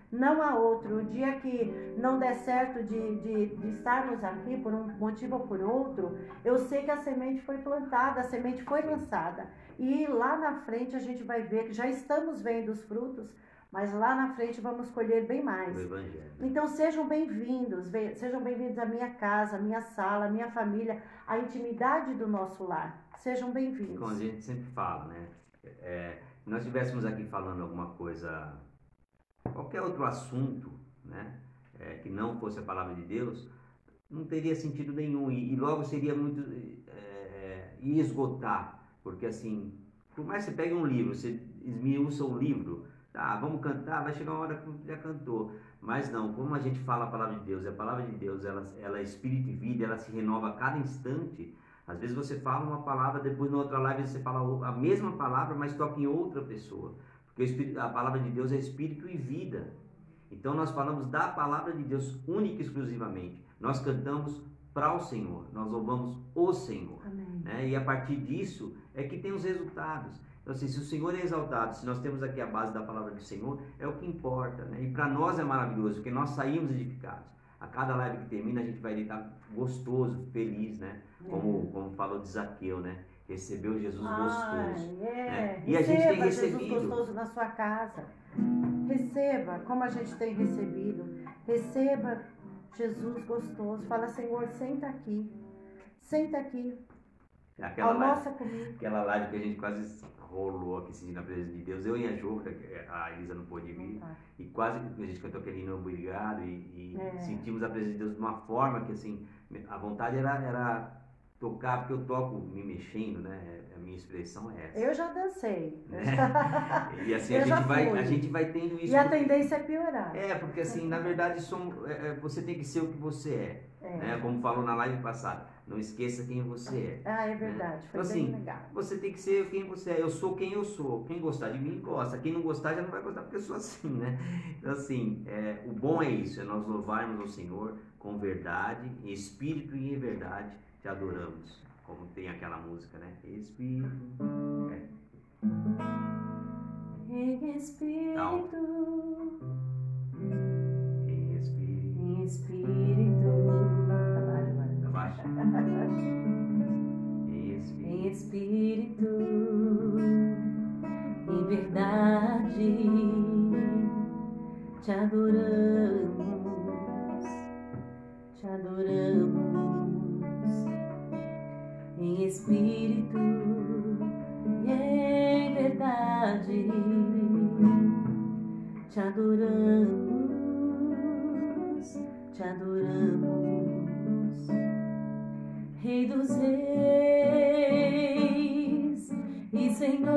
Não há outro. O dia que não der certo de estarmos aqui por um motivo ou por outro, eu sei que a semente foi plantada, a semente foi lançada. E lá na frente a gente vai ver que já estamos vendo os frutos, mas lá na frente vamos colher bem mais. O Evangelho. Então sejam bem-vindos à minha casa, à minha sala, à minha família, à intimidade do nosso lar. Sejam Como a bem-vindos. gente sempre fala, né? Se nós estivéssemos aqui falando alguma coisa, qualquer outro assunto, né? Que não fosse a palavra de Deus, não teria sentido nenhum e logo seria muito ia esgotar, porque assim, por mais que você pegue um livro, você esmiuça o livro, tá, vamos cantar, vai chegar uma hora que já cantou, mas não, como a gente fala a palavra de Deus, a palavra de Deus ela é espírito e vida, ela se renova a cada instante. Às vezes você fala uma palavra, depois na outra live você fala a mesma palavra, mas toca em outra pessoa, porque a palavra de Deus é espírito e vida. Então nós falamos da palavra de Deus única e exclusivamente. Nós cantamos para o Senhor, nós louvamos o Senhor. Amém. Né? E a partir disso é que tem os resultados. Então assim, se o Senhor é exaltado, se nós temos aqui a base da palavra do Senhor, é o que importa. Né? E para nós é maravilhoso, porque nós saímos edificados. A cada live que termina a gente vai deitar gostoso, feliz, né? Como falou de Zaqueu, né? Recebeu Jesus gostoso. Né? E a gente tem recebido. Jesus gostoso na sua casa. Receba como a gente tem recebido. Receba Jesus gostoso. Fala, Senhor, senta aqui. Senta aqui. Almoça comigo. Aquela live que a gente quase rolou aqui sentindo a presença de Deus. Eu e a Jô, a Elisa não pôde vir. E quase a gente cantou aquele hino obrigado e sentimos a presença de Deus de uma forma que assim, a vontade era tocar, porque eu toco me mexendo, né? A minha expressão é essa. Eu já dancei. Né? E assim a gente vai tendo isso. E a tendência é piorar. Porque assim, na verdade, você tem que ser o que você é. Né? Como falou na live passada, não esqueça quem você é. É verdade, foi então, bem assim, legal. Você tem que ser quem você é. Eu sou quem eu sou. Quem gostar de mim, gosta. Quem não gostar, já não vai gostar porque eu sou assim, né? Então, assim, o bom é isso, é nós louvarmos ao Senhor com verdade, em espírito e em verdade, te adoramos. Como tem aquela música, né? Espírito. Em espírito. Em espírito. Em espírito. Abaixa. Em espírito. Em verdade. Te adoramos. Te adoramos. Em espírito e em verdade, te adoramos, te adoramos, Rei dos Reis e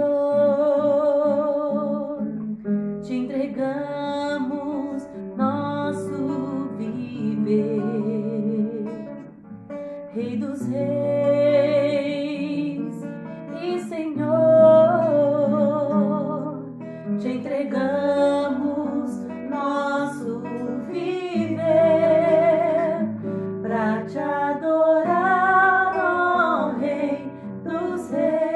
Senhor, te entregamos nosso viver, Rei dos Reis. Te entregamos nosso viver pra te adorar, ó Rei dos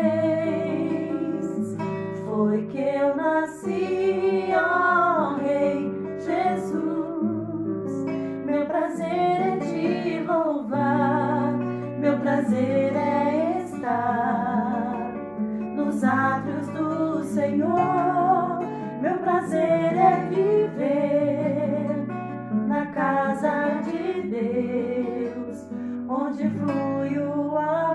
Reis. Foi que eu nasci, ó Rei Jesus. Meu prazer é te louvar, meu prazer é estar nos átrios do Senhor. Meu prazer é viver na casa de Deus, onde flui o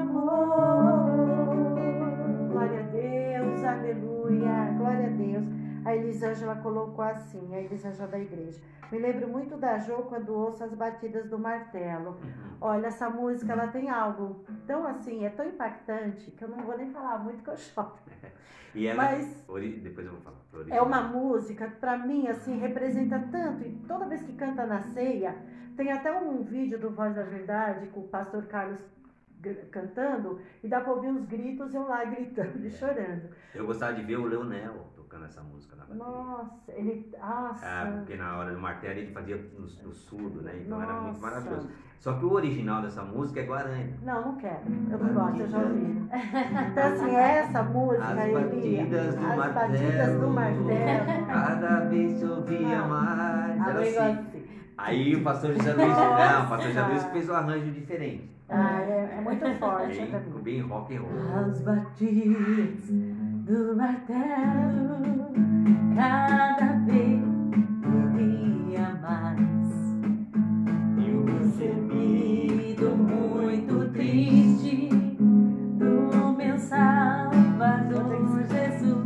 amor. Glória a Deus, aleluia, glória a Deus. A Elisângela colocou assim, a Elisângela da igreja. Me lembro muito da Jo quando ouço as batidas do martelo. Olha, essa música, ela tem algo tão assim, é tão impactante, que eu não vou nem falar muito que eu choro. E ela, mas depois eu vou falar. É uma música, pra mim, assim, representa tanto. E toda vez que canta na ceia, tem até um vídeo do Voz da Verdade com o pastor Carlos cantando, e dá para ouvir uns gritos, eu lá gritando e chorando. Eu gostava de ver o Leonel tocando essa música na bateria. Nossa, ele. Nossa. Porque na hora do martelo ele fazia no surdo, né? Então era muito Nossa. maravilhoso. Só que o original dessa música é Guarani. Não quero. Eu não gosto, eu já ouvi. Então, assim, essa música, As ele. batidas do As martelo. batidas do martelo. Cada vez se ouvia mais. A Era mãe assim. gosta assim. Aí o pastor José Luiz, Nossa. o pastor José Luiz fez um arranjo diferente. É muito forte pra Bem, mim. bem rock and roll. As batidas do martelo cada vez ouvia mais. E o gemido muito triste do meu Salvador Jesus,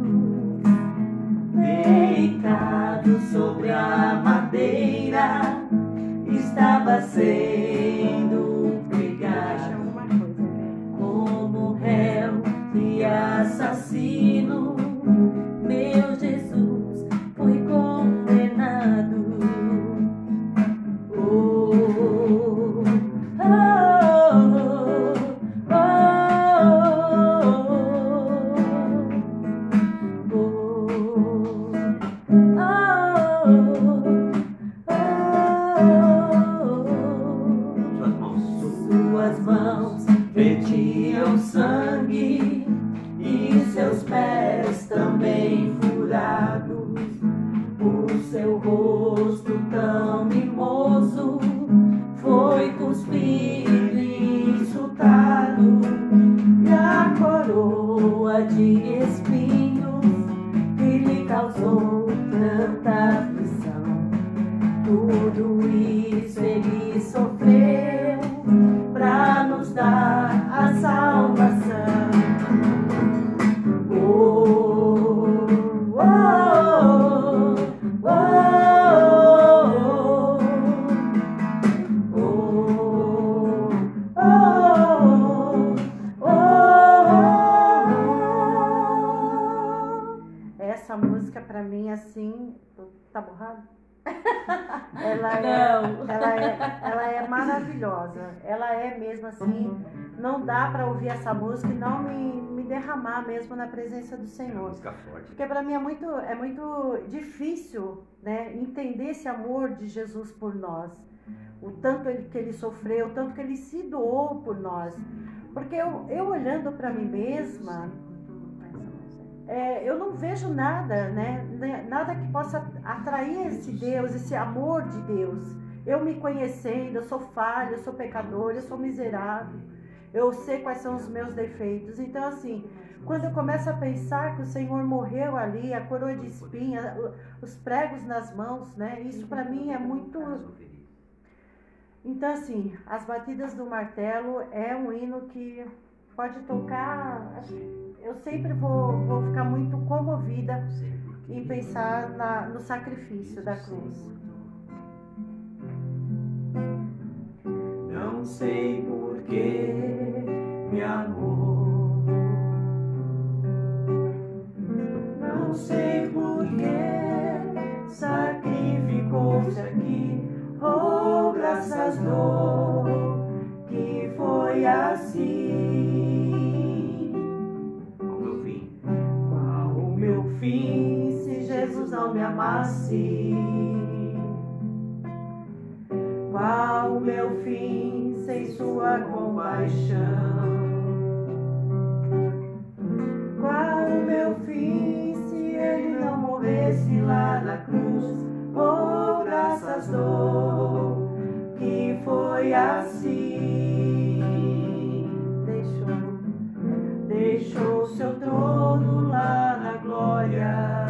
deitado sobre a madeira, estava sendo pregado como réu e assassino. Meu Jesus foi condenado. Oh, oh, oh, Suas mãos suas mãos vertiam sangue e seus pés também furados. O seu rosto tão mimoso foi cuspido e insultado, e a coroa de espinhos que lhe causou tanta aflição. Tudo isso ele sofreu pra nos dar a salvação. Oh, oh, oh, oh, oh, oh. Essa música pra mim, assim, tá borrado? Ela é maravilhosa. Ela é mesmo assim. Não dá pra ouvir essa música e não me derramar mesmo na presença do É uma Senhor. música forte. Porque para mim é muito difícil, né, entender esse amor de Jesus por nós. O tanto que ele sofreu, o tanto que ele se doou por nós. Porque eu olhando para mim mesma, eu não vejo nada, né? Nada que possa atrair esse Deus, esse amor de Deus. Eu me conhecendo, eu sou falha, eu sou pecador, eu sou miserável. Eu sei quais são os meus defeitos. Então, assim, quando eu começo a pensar que o Senhor morreu ali, a coroa de espinha, os pregos nas mãos, né? Isso para mim é muito... Então, assim, as batidas do martelo é um hino que pode tocar... Eu sempre vou ficar muito comovida em pensar no sacrifício da cruz. Não sei por que me amou, não sei por que sacrificou-se aqui. Oh, graças dou que foi assim. Qual o meu fim se Jesus não me amasse? Qual o meu fim sem sua compaixão? Qual o meu fim se ele não morresse lá na cruz? Oh, graças dou que foi assim. Deixou seu trono lá na glória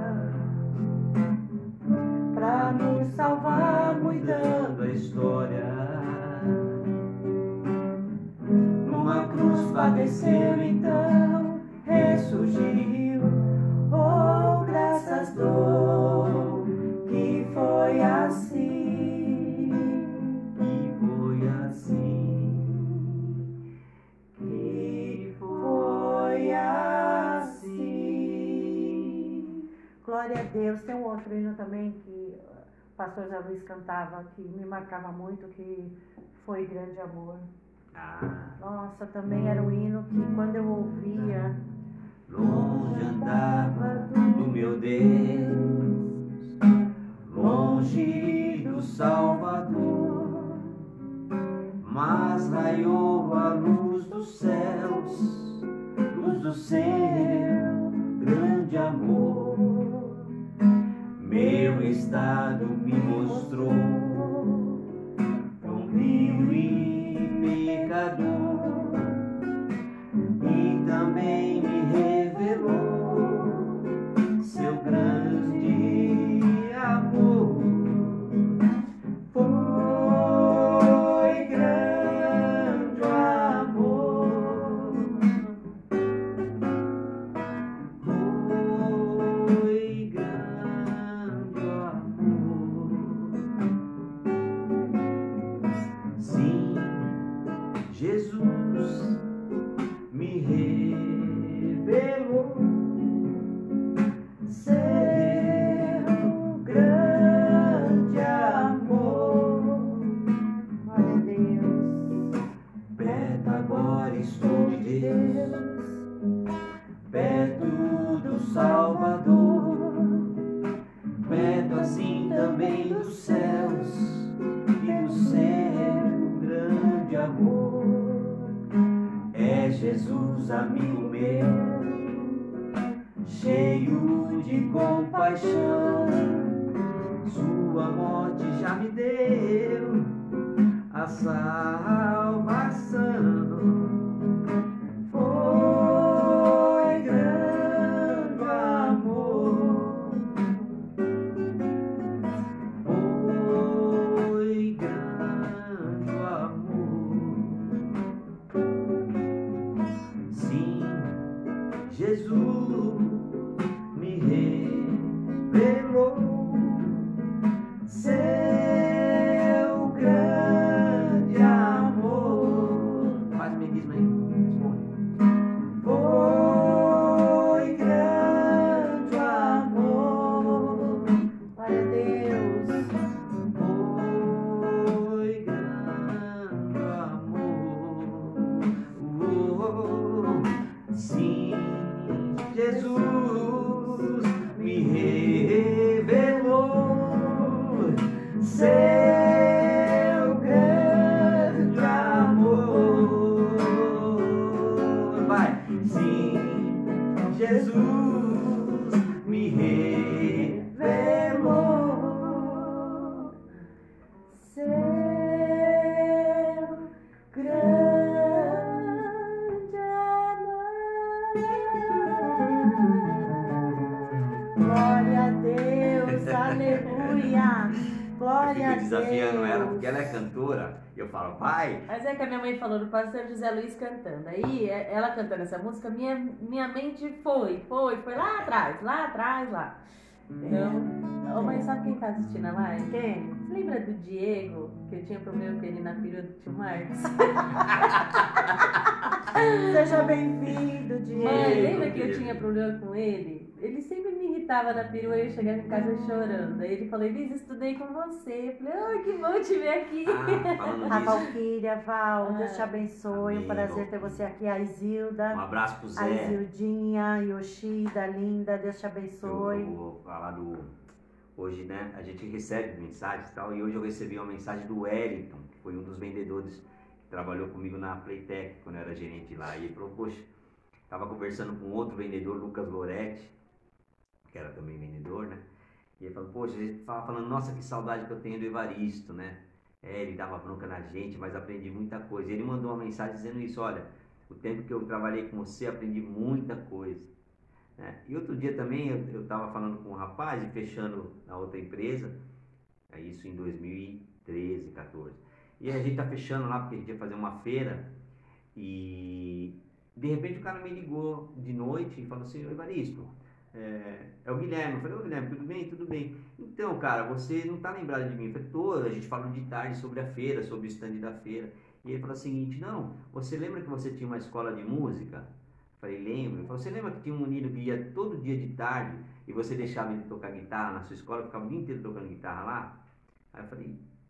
pra nos salvar, mudando a história. Numa cruz padeceu, então ressurgiu. Oh, graças dou que foi assim, que foi assim, que foi assim. Glória a Deus. Tem um outro hino também que o pastor Zé Luiz cantava, que me marcava muito, que foi Grande Amor. Ah, Nossa, também era um hino que quando eu ouvia, longe andava do meu Deus, longe do Salvador, mas raiou a luz dos céus, luz do seu grande amor. Meu estado me mostrou sombrio e pecador, e também me revelou seu grande amor. Foi grande o amor, foi grande o amor. Sim, Jesus me revelou seu grande amor. glória a Deus, Perto agora estou de Deus, perto do Salvador, perto assim também dos céus e do seu grande amor. É Jesus, amigo meu, cheio de compaixão, sua morte já me deu a salvação. Foi grande o amor, foi grande o amor. Sim, Jesus me revelou seu grande amor. Faz me diz, mãe. Foi grande o amor. glória a Deus, Foi grande o amor. Sim, Jesus me revelou seu grande amor. Vai, sim, Jesus me revelou seu grande amor. Glória a Deus, aleluia. Eu Glória a fico desafiando ela, Deus. porque ela é cantora, e eu falo, pai, Mas é que a minha mãe falou do pastor José Luiz cantando. Aí, ela cantando essa música, minha mente foi lá atrás, lá. Então, ô mãe, sabe quem tá assistindo a live? Quem? Você lembra do Diego, que eu tinha problema com ele na perua do tio Marcos? Seja bem-vindo, Diego. Mãe, lembra que eu Diego. tinha problema com ele? Ele sempre me irritava na perua e eu chegava em casa chorando. Aí ele falou, Elisa, estudei com você. Eu falei, ai, que bom te ver aqui. falando A disso, Valquíria, Val, Deus te abençoe. Amém, Um prazer ter Valquíria. você aqui. A Isilda, um abraço pro a Zé. Isildinha, a Yoshida, linda. Deus te Eu abençoe. vou falar hoje, né? A gente recebe mensagens e tal, e hoje eu recebi uma mensagem do Wellington, que foi um dos vendedores que trabalhou comigo na Playtech, quando eu era gerente lá. E ele falou, poxa, estava conversando com outro vendedor, Lucas Loretti, que era também vendedor, né? E ele falou, poxa, a gente tava falando, nossa, que saudade que eu tenho do Evaristo, né? Ele dava bronca na gente, mas aprendi muita coisa. E ele mandou uma mensagem dizendo isso, olha, o tempo que eu trabalhei com você, aprendi muita coisa. Né? E outro dia também eu estava falando com um rapaz e fechando na outra empresa, isso em 2013, 14. E a gente tá fechando lá porque a gente ia fazer uma feira e de repente o cara me ligou de noite e falou assim, ô Evaristo, é o Guilherme. Eu falei, ô Guilherme, tudo bem? Tudo bem. Então, cara, você não tá lembrado de mim? Eu falei, tô, a gente falou de tarde sobre a feira, sobre o stand da feira. E ele falou o seguinte, não, você lembra que você tinha uma escola de música? Eu falei, lembro. Ele falou, você lembra que tinha um menino que ia todo dia de tarde e você deixava ele tocar guitarra na sua escola, ficava o dia inteiro tocando guitarra lá? Aí eu falei,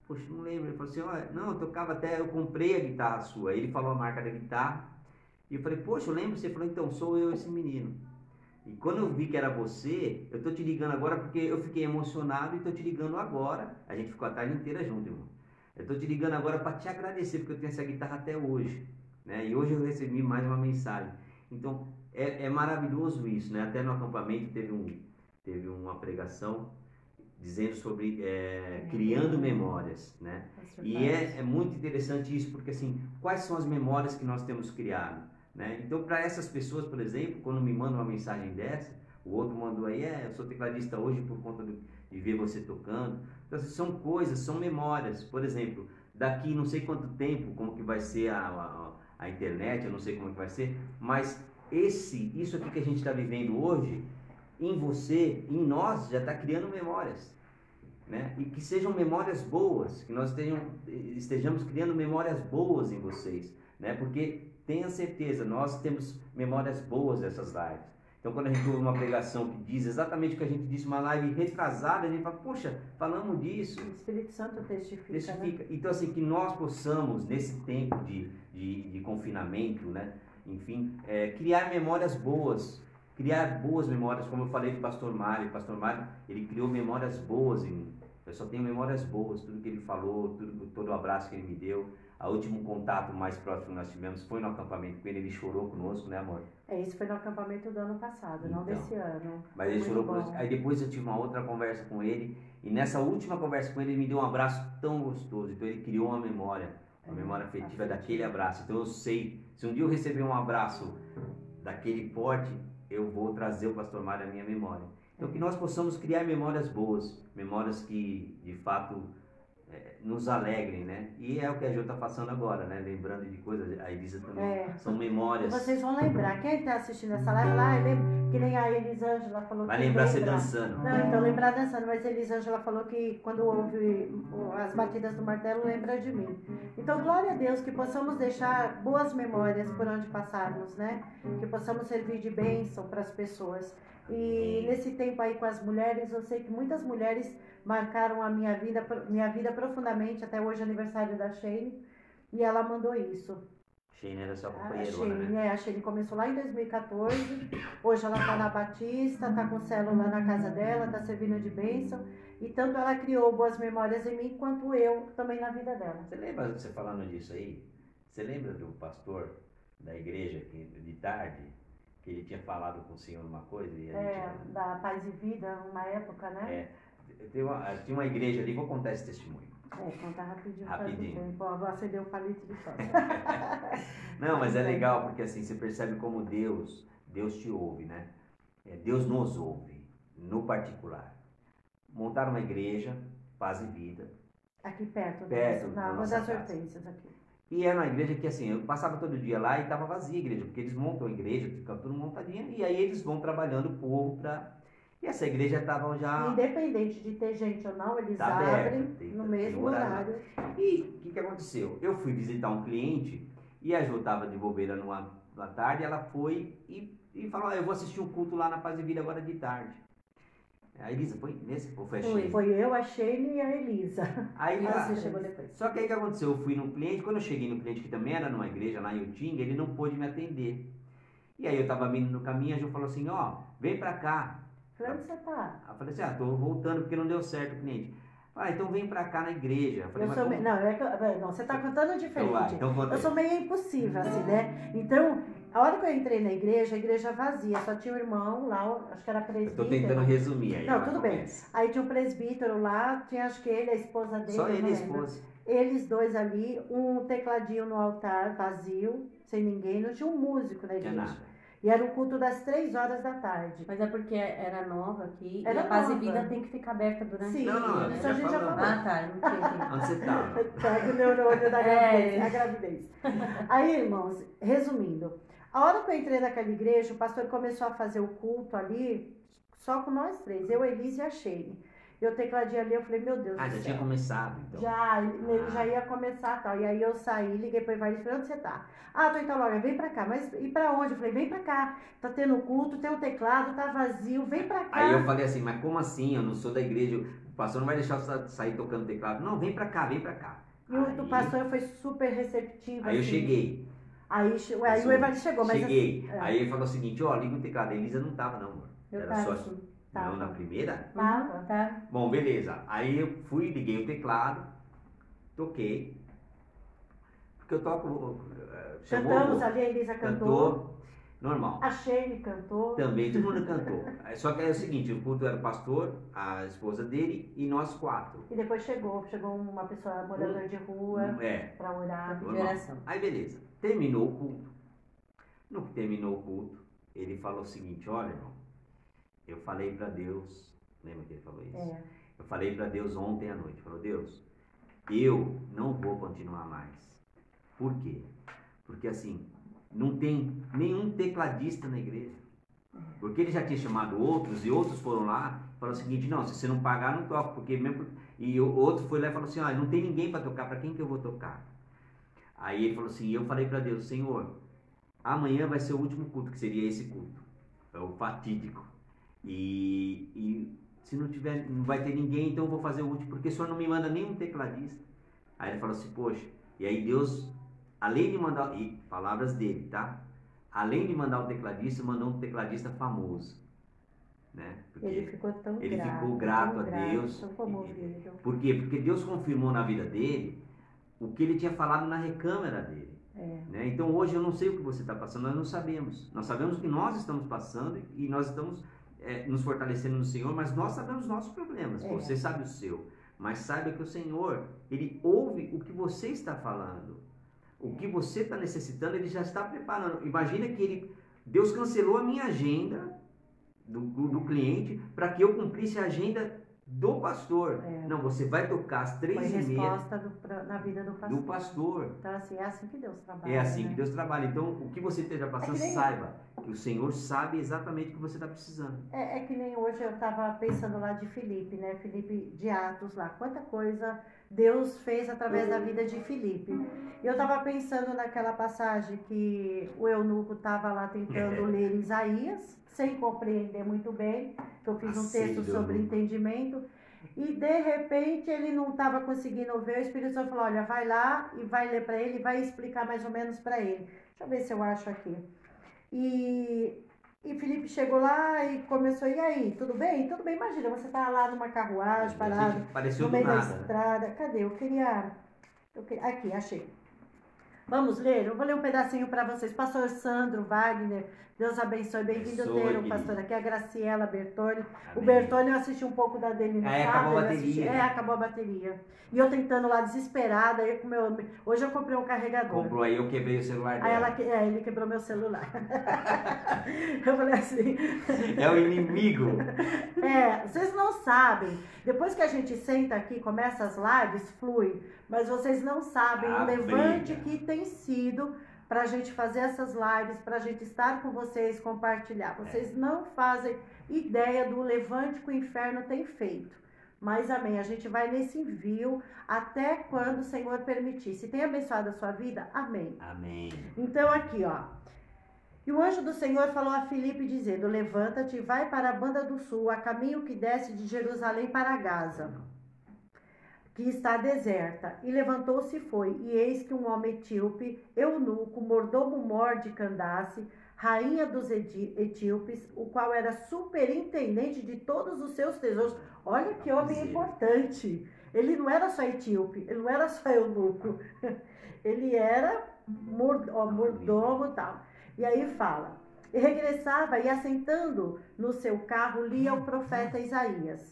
Poxa, não lembro. Ele falou assim, olha, não, eu tocava até, eu comprei a guitarra sua. Aí ele falou a marca da guitarra. E eu falei, poxa, eu lembro. Você falou, então, sou eu esse menino. E quando eu vi que era você, eu tô te ligando agora porque eu fiquei emocionado e tô te ligando agora. A gente ficou a tarde inteira junto, irmão. Eu tô te ligando agora para te agradecer, porque eu tenho essa guitarra até hoje, né? E hoje eu recebi mais uma mensagem. Então, é maravilhoso isso, né? Até no acampamento teve uma pregação dizendo sobre criando memórias, né? E é muito interessante isso, porque assim, quais são as memórias que nós temos criado, né? Então, para essas pessoas, por exemplo, quando me mandam uma mensagem dessa, o outro mandou aí, eu sou tecladista hoje por conta de ver você tocando. Então, assim, são coisas, são memórias. Por exemplo, daqui não sei quanto tempo, como que vai ser a internet, eu não sei como que vai ser, mas isso aqui que a gente está vivendo hoje, em você, em nós, já está criando memórias, né? E que sejam memórias boas, que nós estejamos criando memórias boas em vocês, né? Porque tenha certeza, nós temos memórias boas dessas lives. Então, quando a gente ouve uma pregação que diz exatamente o que a gente disse, uma live retrasada, a gente fala, poxa, falamos disso. O Espírito Santo testifica. Né? Então, assim, que nós possamos, nesse tempo de confinamento, né? Enfim, criar memórias boas, criar boas memórias, como eu falei do Pastor Mário. O Pastor Mário, ele criou memórias boas em mim. Eu só tenho memórias boas, tudo que ele falou, todo o abraço que ele me deu. O último contato mais próximo que nós tivemos foi no acampamento com ele, ele chorou conosco, né, amor? Isso foi no acampamento do ano passado, então, não desse ano. Mas ele chorou conosco. Aí depois eu tive uma outra conversa com ele, e nessa última conversa com ele, ele me deu um abraço tão gostoso. Então ele criou uma memória afetiva daquele abraço. Então eu sei, se um dia eu receber um abraço daquele porte, eu vou trazer o Pastor Mário à minha memória. Então que nós possamos criar memórias boas, memórias que de fato nos alegrem, né? E é o que a Jo está passando agora, né? Lembrando de coisas, a Elisa também, são memórias. E vocês vão lembrar, quem está assistindo essa live lá, lembra, que nem a Elisângela falou vai que lembrar você dançando. Não, então lembrar dançando, mas a Elisângela falou que quando ouve as batidas do martelo, lembra de mim. Então, glória a Deus, que possamos deixar boas memórias por onde passarmos, né? Que possamos servir de bênção para as pessoas. E nesse tempo aí com as mulheres, eu sei que muitas mulheres marcaram a minha vida profundamente. Até hoje é aniversário da Shane, e ela mandou isso. Shane era sua companheirona, né? A Shane começou lá em 2014, hoje ela está na Batista, está com célula na casa dela, está servindo de bênção, e tanto ela criou boas memórias em mim, quanto eu também na vida dela. Você lembra, você falando disso aí, você lembra do pastor da igreja que de tarde, que ele tinha falado com o senhor uma coisa? E da Paz e Vida, uma época, né? Tinha uma igreja ali, vou contar esse testemunho. Contar rapidinho. Rapidinho. Vou acender o palito de sócio. Não, mas é legal porque assim, você percebe como Deus te ouve, né? Deus nos ouve, no particular. Montaram uma igreja, Paz e Vida. Aqui perto na Rua das Hortênsias aqui. E era uma igreja que assim, eu passava todo dia lá e estava vazia a igreja, porque eles montam a igreja, fica tudo montadinha, e aí eles vão trabalhando o povo para... E essa igreja estava já... Independente de ter gente ou não, eles abrem no mesmo horário. E o que aconteceu? Eu fui visitar um cliente e a Jo estava de bobeira numa tarde, ela foi e falou, eu vou assistir um culto lá na Paz e Vida agora de tarde. A Elisa foi nesse? Ou foi a Shane? Foi eu, a Shane e a Elisa. Aí você chegou depois. Só que aí o que aconteceu? Eu fui no cliente, quando eu cheguei no cliente que também era numa igreja lá em Utinga, ele não pôde me atender. E aí eu estava vindo no caminho, a Jo falou assim, vem pra cá. Falei, onde você tá? Eu falei assim, tô voltando porque não deu certo o cliente. Então vem pra cá na igreja. Eu falei, não, você tá contando diferente. Então eu sou meio impossível, assim, né? Então, a hora que eu entrei na igreja, a igreja vazia, só tinha um irmão lá, acho que era presbítero. Eu tô tentando resumir aí. Não, tudo bem. Aí tinha um presbítero lá, tinha acho que ele, a esposa dele. Só ele e a esposa. Eles dois ali, um tecladinho no altar, vazio, sem ninguém, não tinha um músico na igreja. Não tinha nada. E era o culto das 3 horas da tarde. Mas é porque era nova aqui, era e a Paz e nova. Vida tem que ficar aberta durante o dia. Não, isso a gente já falou. Ah, tá, não tinha entendido. Onde você tá? Pega o neurônio da gravidez, a gravidez. Aí, irmãos, resumindo, a hora que eu entrei naquela igreja, o pastor começou a fazer o culto ali, só com nós 3, eu, Elise e a Shane. Eu tecladinho ali, eu falei, meu Deus do céu. Já tinha começado, então. Ele já ia começar tal. E aí eu saí, liguei pro Ivar e falei, onde você tá? Tô em tal hora, vem pra cá. Mas e pra onde? Eu falei, vem pra cá. Tá tendo culto, tem um teclado, tá vazio, vem pra cá. Aí eu falei assim, mas como assim? Eu não sou da igreja. pastor não vai deixar você sair tocando teclado. Não, vem pra cá, vem pra cá. E o pastor foi super receptivo. Aí eu assim. cheguei. Aí o Evandro chegou, mas Cheguei. assim, Aí ele falou o seguinte, ó, liga o teclado. A Elisa não tava não, amor. Eu Era tava só... assim. Tava. Não, na primeira? Tava. Tá? Bom, beleza. Aí eu fui, liguei o teclado, toquei. Porque eu toco... chamou, Cantamos ali, a Elisa cantou. Normal. A Shane cantou. Também, todo mundo cantou. Só que é o seguinte, o culto era o pastor, a esposa dele e nós 4. E depois chegou uma pessoa moradora de rua É, para orar. De oração. aí beleza. Terminou o culto. No que terminou o culto, ele falou o seguinte, olha, irmão, eu falei para Deus, lembra que ele falou isso? É. Eu falei para Deus ontem à noite, falou, Deus, eu não vou continuar mais. Por quê? Porque assim, não tem nenhum tecladista na igreja. Porque ele já tinha chamado outros e outros foram lá e falaram o seguinte, não, se você não pagar, não toca. Porque mesmo... E o outro foi lá e falou assim, não tem ninguém para tocar, para quem que eu vou tocar? Aí ele falou assim, eu falei para Deus, Senhor, amanhã vai ser o último culto, que seria esse culto. É o fatídico. E se não tiver, não vai ter ninguém, então eu vou fazer o último, porque o Senhor não me manda nenhum tecladista. Aí ele falou assim, poxa, e aí Deus, além de mandar, e palavras dele, tá? Além de mandar o tecladista, mandou um tecladista famoso, né? Porque Ele ficou tão ele grato. ficou grato tão a Deus. Tão comovido. Por quê? Porque Deus confirmou na vida dele o que ele tinha falado na recâmara dele. É. Né? Então hoje eu não sei o que você está passando, nós não sabemos. Nós sabemos o que nós estamos passando e nós estamos nos fortalecendo no Senhor, mas nós sabemos os nossos problemas. É. Você sabe o seu. Mas saiba que o Senhor, Ele ouve o que você está falando. O que você está necessitando, Ele já está preparando. Imagina que Deus cancelou a minha agenda do cliente para que eu cumprisse a agenda do pastor. É. Não, você vai tocar às 3h30 Foi resposta na vida do pastor. do pastor. Então, assim, é assim que Deus trabalha. É assim né? que Deus trabalha. Então, o que você esteja passando, nem- saiba que o Senhor sabe exatamente o que você está precisando. É que nem hoje eu estava pensando lá de Filipe, né? Filipe de Atos lá. Quanta coisa Deus fez através da vida de Filipe. E eu estava pensando naquela passagem que o eunuco estava lá tentando ler Isaías, sem compreender muito bem, que eu fiz um Sei texto do sobre eunuco. entendimento. E de repente ele não estava conseguindo ver, o Espírito Santo falou, olha, vai lá e vai ler para ele, vai explicar mais ou menos para ele. Deixa eu ver se eu acho aqui. E Felipe chegou lá e começou, e aí, tudo bem? Tudo bem, imagina, você tá lá numa carruagem, parado, Pareceu no do meio da nada. Né? estrada. Cadê? Aqui, achei. Vamos ler? Eu vou ler um pedacinho para vocês. Pastor Sandro Wagner, Deus abençoe. Bem-vindo Abençoe, ter o querido. pastor aqui, a Graciela Bertoni. O Amém. Bertoni, eu assisti um pouco da dele no sábado. Acabou a eu assisti- bateria. acabou a bateria. E eu tentando lá, desesperada. Hoje eu comprei um carregador. Comprou aí, eu quebrei o celular Aí dela. ele quebrou meu celular. Eu falei assim, É o inimigo. vocês não sabem, depois que a gente senta aqui, começa as lives, flui, mas vocês não sabem A o levante briga. que tem sido para a gente fazer essas lives, para a gente estar com vocês, compartilhar. Vocês não fazem ideia do levante que o inferno tem feito. Mas amém, a gente vai nesse envio até quando o Senhor permitir. Se tem abençoado a sua vida, amém. Amém. Então aqui, ó. E o anjo do Senhor falou a Filipe dizendo, levanta-te e vai para a banda do sul, a caminho que desce de Jerusalém para Gaza, que está deserta. E levantou-se e foi. E eis que um homem etíope, eunuco, mordomo-mor de Candace, rainha dos etíopes, o qual era superintendente de todos os seus tesouros. Olha que homem importante. Ele não era só etíope, ele não era só eunuco. Ele era mordomo e tal. E aí fala, e regressava e assentando no seu carro lia o profeta Isaías.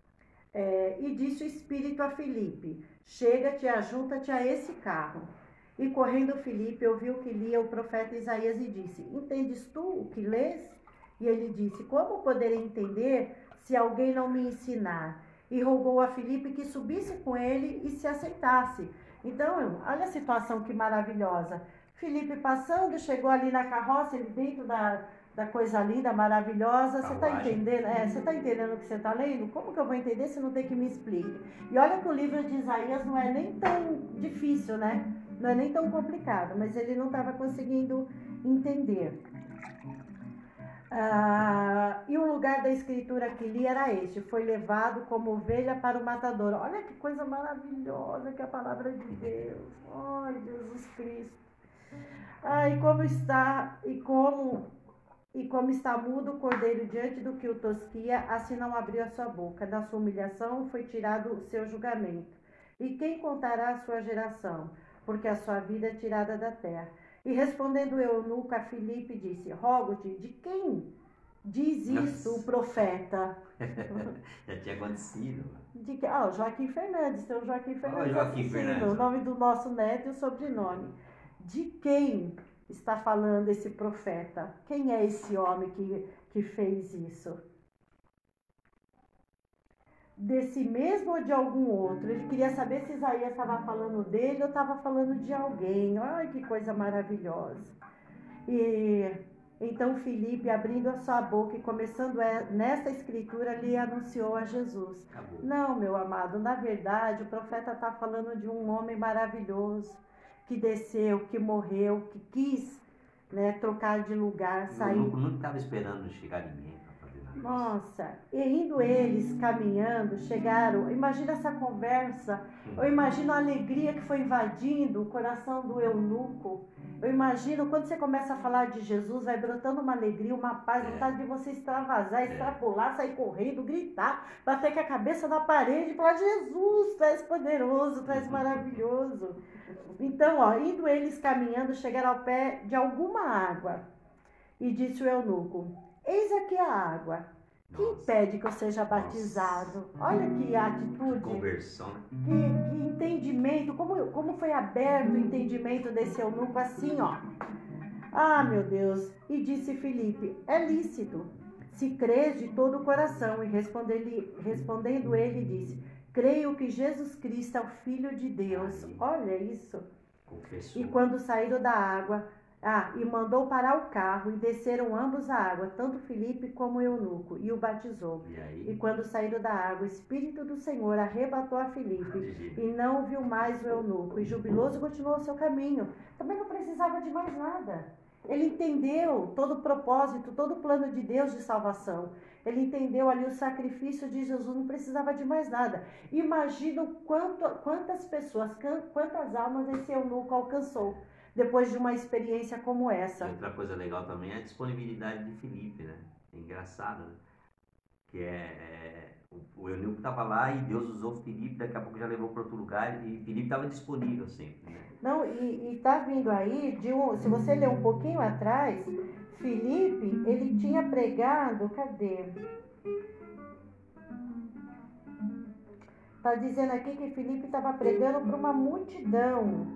E disse o Espírito a Filipe, chega-te, ajunta-te a esse carro. E correndo Filipe ouviu que lia o profeta Isaías e disse, entendes tu o que lês? E ele disse, como poderei entender se alguém não me ensinar? E rogou a Filipe que subisse com ele e se assentasse. Então, olha a situação que maravilhosa. Filipe passando, chegou ali na carroça, ele dentro da coisa linda, maravilhosa. Você está Carruagem. entendendo? Você está entendendo o que você está lendo? Como que eu vou entender se não tem que me explique? E olha que o livro de Isaías não é nem tão difícil, né? Não é nem tão complicado, mas ele não estava conseguindo entender. E o lugar da escritura que li era este: foi levado como ovelha para o matador. Olha que coisa maravilhosa que é a palavra de Deus. Ai, Jesus Cristo. Como está mudo o cordeiro diante do que o tosquia, assim não abriu a sua boca. Da sua humilhação foi tirado o seu julgamento. E quem contará a sua geração? Porque a sua vida é tirada da terra. E respondendo o eunuco a Filipe, disse: rogo-te, de quem diz isso o profeta? Já tinha acontecido. De que? O Joaquim Fernandes, seu Joaquim Fernandes. Joaquim Fernandes. O nome do nosso neto e o sobrenome. De quem está falando esse profeta? Quem é esse homem que fez isso? Desse mesmo ou de algum outro? Ele queria saber se Isaías estava falando dele ou estava falando de alguém. Ai, que coisa maravilhosa. E então Filipe, abrindo a sua boca e começando nessa escritura, lhe anunciou a Jesus. Acabou. Não, meu amado, na verdade o profeta está falando de um homem maravilhoso que desceu, que morreu, que quis, né, trocar de lugar, sair. Eu não estava esperando chegar ninguém para fazer nada. Nossa, e indo eles caminhando, chegaram. Imagina essa conversa. Eu imagino a alegria que foi invadindo o coração do eunuco. Eu imagino quando você começa a falar de Jesus, vai brotando uma alegria, uma paz, vontade de você extravasar, extrapolar, sair correndo, gritar, bater com a cabeça na parede e falar: Jesus, tu és poderoso, tu és maravilhoso. Então, indo eles caminhando, chegaram ao pé de alguma água. E disse o eunuco: eis aqui a água. Quem impede que eu seja batizado? Olha que atitude. Conversão. Que entendimento. Como foi aberto o entendimento desse eunuco assim, ó. Meu Deus. E disse Filipe: é lícito, se crês de todo o coração. E respondendo ele, disse: creio que Jesus Cristo é o Filho de Deus. Olha isso. Confessou. E quando saíram da água, e mandou parar o carro, e desceram ambos a água, tanto Filipe como o eunuco, e o batizou. E quando saíram da água, o Espírito do Senhor arrebatou a Filipe, e não viu mais o eunuco, e jubiloso continuou o seu caminho. Também não precisava de mais nada. Ele entendeu todo o propósito, todo o plano de Deus de salvação. Ele entendeu ali o sacrifício de Jesus, não precisava de mais nada. Imagina quantas pessoas, quantas almas esse eunuco alcançou depois de uma experiência como essa. E outra coisa legal também é a disponibilidade de Filipe, né? É engraçado, né? Que o eunuco estava lá e Deus usou Filipe, daqui a pouco já levou para outro lugar e Filipe estava disponível sempre, né? Não, e tá vindo aí, se você ler um pouquinho atrás, Filipe, ele tinha pregado, cadê? Tá dizendo aqui que Filipe estava pregando para uma multidão.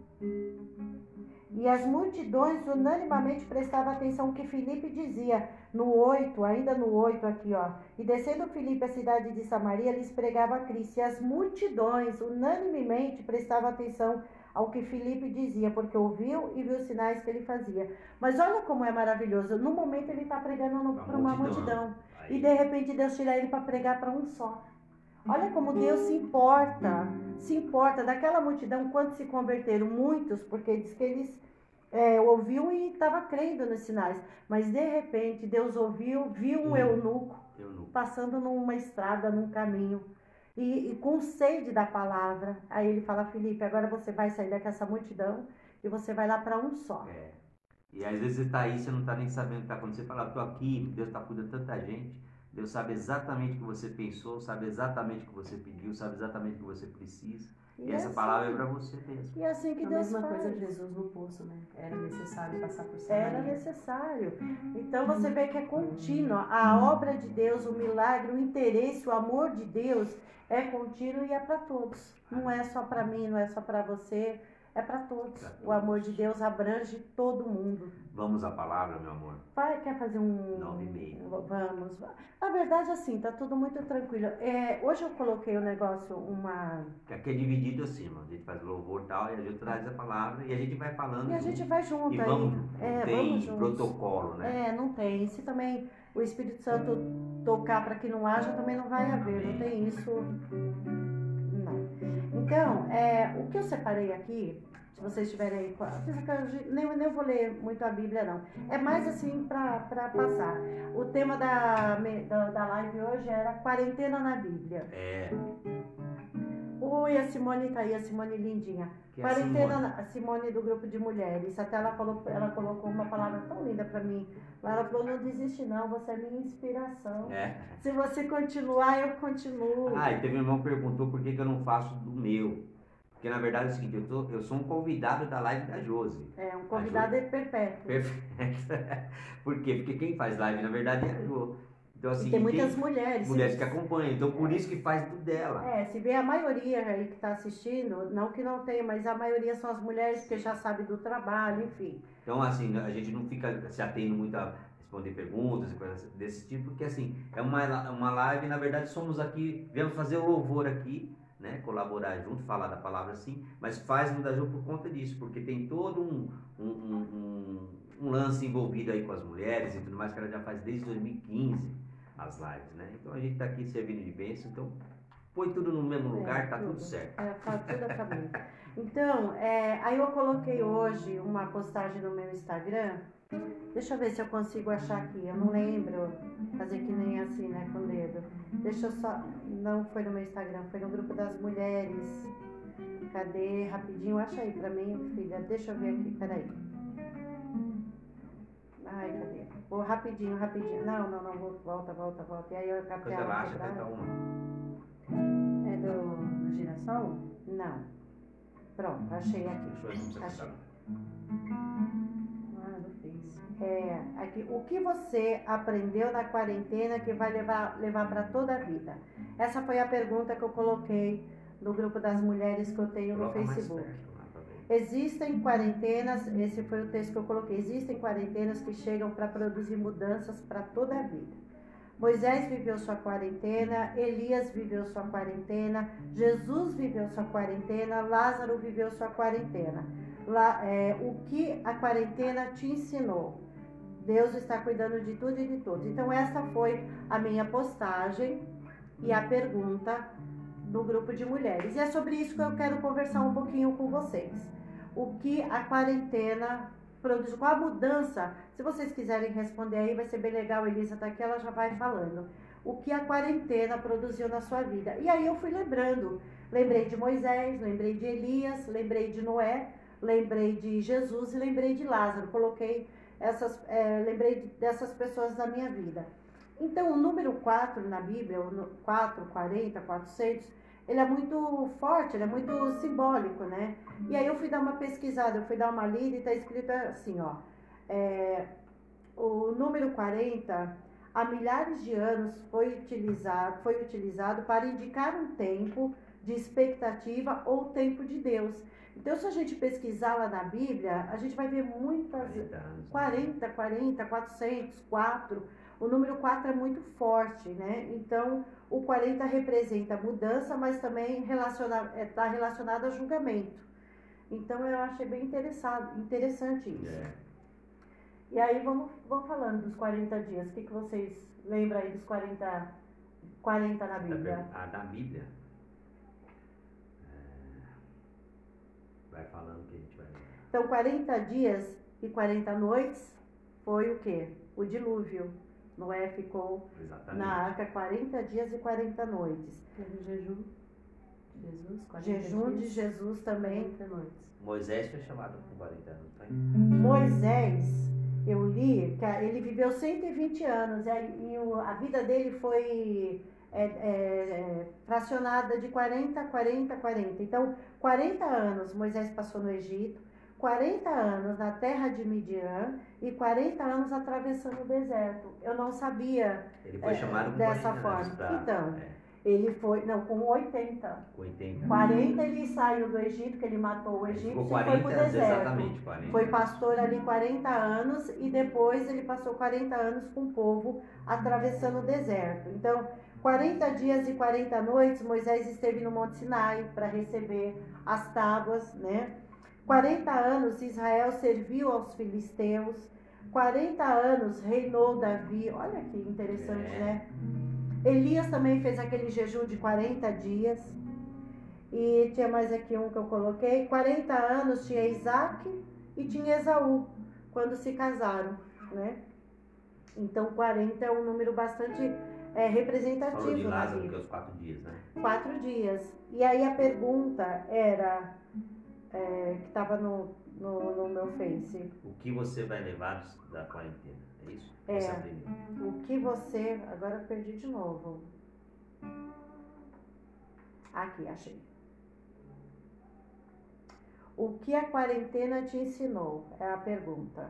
E as multidões unanimamente prestavam atenção ao que Filipe dizia. No 8, ainda no 8 aqui, ó. E descendo Filipe à cidade de Samaria, lhes pregava a Cristo. E as multidões unanimemente prestavam atenção ao que Filipe dizia, porque ouviu e viu os sinais que ele fazia. Mas olha como é maravilhoso. No momento ele está pregando para uma multidão. E de repente Deus tira ele para pregar para um só. Olha como Deus se importa daquela multidão. Quantos se converteram? Muitos, porque diz que eles ouviu e estava crendo nos sinais. Mas de repente Deus ouviu, viu um eunuco passando numa estrada, num caminho. E com sede da palavra. Aí ele fala: Filipe, agora você vai sair dessa multidão e você vai lá para um só. E às vezes você está aí, você não está nem sabendo o que está acontecendo. Você fala: estou aqui, Deus está cuidando de tanta gente. Deus sabe exatamente o que você pensou, sabe exatamente o que você pediu, sabe exatamente o que você precisa. E essa palavra é para você mesmo. E é assim que a Deus mesma faz. coisa de Jesus no poço, né? Era necessário passar por Samaria. Era necessário. Então você vê que é contínua. A obra de Deus, o milagre, o interesse, o amor de Deus é contínuo e é para todos. Não é só para mim, não é só para você. É para todos. O amor de Deus abrange todo mundo. Vamos à palavra, meu amor. Pai, quer fazer um... 9h30. Vamos. Na verdade, assim, tá tudo muito tranquilo. Hoje eu coloquei o negócio, Que aqui é dividido assim, mano. A gente faz louvor e tal, e a gente traz a palavra e a gente vai falando. E a gente vai junto e aí. Vamos, não tem vamos juntos. protocolo, né? Não tem. Se também o Espírito Santo tocar para que não haja, também não vai haver. Não tem isso. Não. Então, o que eu separei aqui Se vocês estiverem aí, nem vou ler muito a Bíblia não. É mais assim para passar. O tema da live hoje era quarentena na Bíblia. Oi, a Simone tá aí, a Simone lindinha. Que é Quarentena, a Simone do grupo de mulheres. Até ela colocou uma palavra tão linda para mim. Ela falou, não desiste não, você é minha inspiração. Se você continuar, eu continuo. E teve um irmão que perguntou por que eu não faço do meu. Porque na verdade é o seguinte, eu sou um convidado da live da Josi. Um convidado perpétuo. Perfeito. Por quê? Porque quem faz live na verdade é a Jo. Então, assim, e tem muitas mulheres. Mulheres que acompanham, então por isso que faz tudo dela. Se vê a maioria aí que está assistindo, não que não tenha, mas a maioria são as mulheres que já sabem do trabalho, enfim. Então, assim, a gente não fica se atendo muito a responder perguntas e coisas desse tipo, porque assim, é uma live, na verdade somos aqui, viemos fazer o louvor aqui, né, colaborar junto, falar da palavra assim, mas faz muita Jo por conta disso, porque tem todo um lance envolvido aí com as mulheres e tudo mais, que ela já faz desde 2015 as lives, né? Então a gente tá aqui servindo de bênção, então põe tudo no mesmo lugar, tá tudo certo. Tudo a família. Então, aí eu coloquei hoje uma postagem no meu Instagram. Deixa eu ver se eu consigo achar aqui. Eu não lembro fazer que nem assim, né, com o dedo. Deixa eu só... Não foi no meu Instagram, foi no grupo das mulheres. Cadê? Rapidinho, acha aí pra mim, filha. Deixa eu ver aqui, peraí. Ai, cadê? Vou rapidinho. Não, volta. E aí eu captei ela acha que tá uma. É do Girassol? Não. Pronto, achei aqui. Achei. Do Face. Aqui, o que você aprendeu na quarentena que vai levar para toda a vida? Essa foi a pergunta que eu coloquei no grupo das mulheres que eu tenho no Facebook. Existem quarentenas, esse foi o texto que eu coloquei, existem quarentenas que chegam para produzir mudanças para toda a vida. Moisés viveu sua quarentena, Elias viveu sua quarentena, Jesus viveu sua quarentena, Lázaro viveu sua quarentena. O que a quarentena te ensinou? Deus está cuidando de tudo e de todos. Então essa foi a minha postagem e a pergunta do grupo de mulheres. E é sobre isso que eu quero conversar um pouquinho com vocês. O que a quarentena produziu, qual a mudança? Se vocês quiserem responder aí, vai ser bem legal, Elisa tá aqui, ela já vai falando. O que a quarentena produziu na sua vida? E aí eu fui lembrando. Lembrei de Moisés, lembrei de Elias, lembrei de Noé, lembrei de Jesus e lembrei de Lázaro. Lembrei dessas pessoas da minha vida. Então, o número 4 na Bíblia, o 4, 40, 400, ele é muito forte, ele é muito simbólico, né? E aí eu fui dar uma pesquisada, eu fui dar uma lida e está escrito assim, ó. O número 40, há milhares de anos, foi utilizado para indicar um tempo de expectativa ou tempo de Deus. Então, se a gente pesquisar lá na Bíblia, a gente vai ver muitas... 40, 400, 4... O número 4 é muito forte, né? Então, o 40 representa mudança, mas também está relacionado a julgamento. Então, eu achei bem interessante isso. E aí, vamos falando dos 40 dias. O que vocês lembram aí dos 40 na Bíblia? Da Bíblia? Vai falando que a gente vai... Então, 40 dias e 40 noites foi o quê? O dilúvio. Noé ficou na arca 40 dias e 40 noites. Teve o jejum de Jesus, 40 jejum dias, de Jesus também. 40 noites. Moisés foi chamado com 40 anos, tá? Moisés, eu li que ele viveu 120 anos e a vida dele foi fracionada de 40. Então, 40 anos Moisés passou no Egito, 40 anos na terra de Midian e 40 anos atravessando o deserto. Eu não sabia ele foi chamado com dessa 40 forma. anos Então, ele foi, não, com 80. Com 80. 40 ele saiu do Egito, que ele matou o Egito e foi para o deserto. Exatamente, 40. Foi pastor ali 40 anos e depois ele passou 40 anos com o povo atravessando o deserto. Então, 40 dias e 40 noites Moisés esteve no Monte Sinai para receber as tábuas, né? 40 anos Israel serviu aos filisteus, 40 anos reinou Davi, olha que interessante, né? Elias também fez aquele jejum de 40 dias, E tinha mais aqui um que eu coloquei, 40 anos tinha Isaac e tinha Esaú, quando se casaram, né? Então 40 é um número bastante representativo Falou de na Lázaro, que é Bíblia. os 4 dias, né? 4 dias. E aí a pergunta era, que estava no meu Face, O que você vai levar da quarentena? É isso? É. Você aprendeu. o que você... Agora eu perdi de novo. Aqui, achei. O que a quarentena te ensinou? É a pergunta.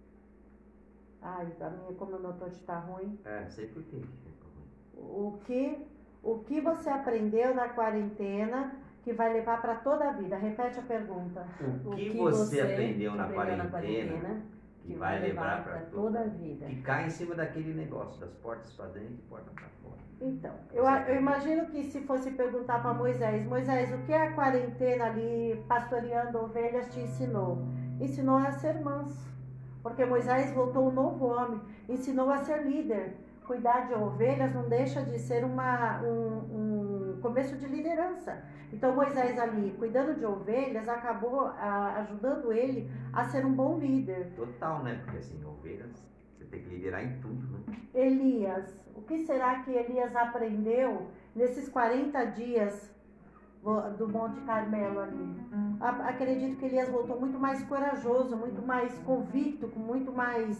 Ai, a minha, como o meu touch tá ruim. É, não sei por quê. O que você aprendeu na quarentena que vai levar para toda a vida? Repete a pergunta. O que você aprendeu na quarentena que vai levar pra para toda a vida? Ficar em cima daquele negócio, das portas para dentro e portas para fora. Então, eu imagino que se fosse perguntar para Moisés, o que a quarentena ali, pastoreando ovelhas, te ensinou? Ensinou a ser manso, porque Moisés voltou um novo homem, ensinou a ser líder. Cuidar de ovelhas não deixa de ser um começo de liderança. Então Moisés ali, cuidando de ovelhas, acabou ajudando ele a ser um bom líder. Total, né? Porque assim, ovelhas, você tem que liderar em tudo, né? Elias, o que será que Elias aprendeu nesses 40 dias do Monte Carmelo ali? Acredito que Elias voltou muito mais corajoso, muito mais convicto, com muito mais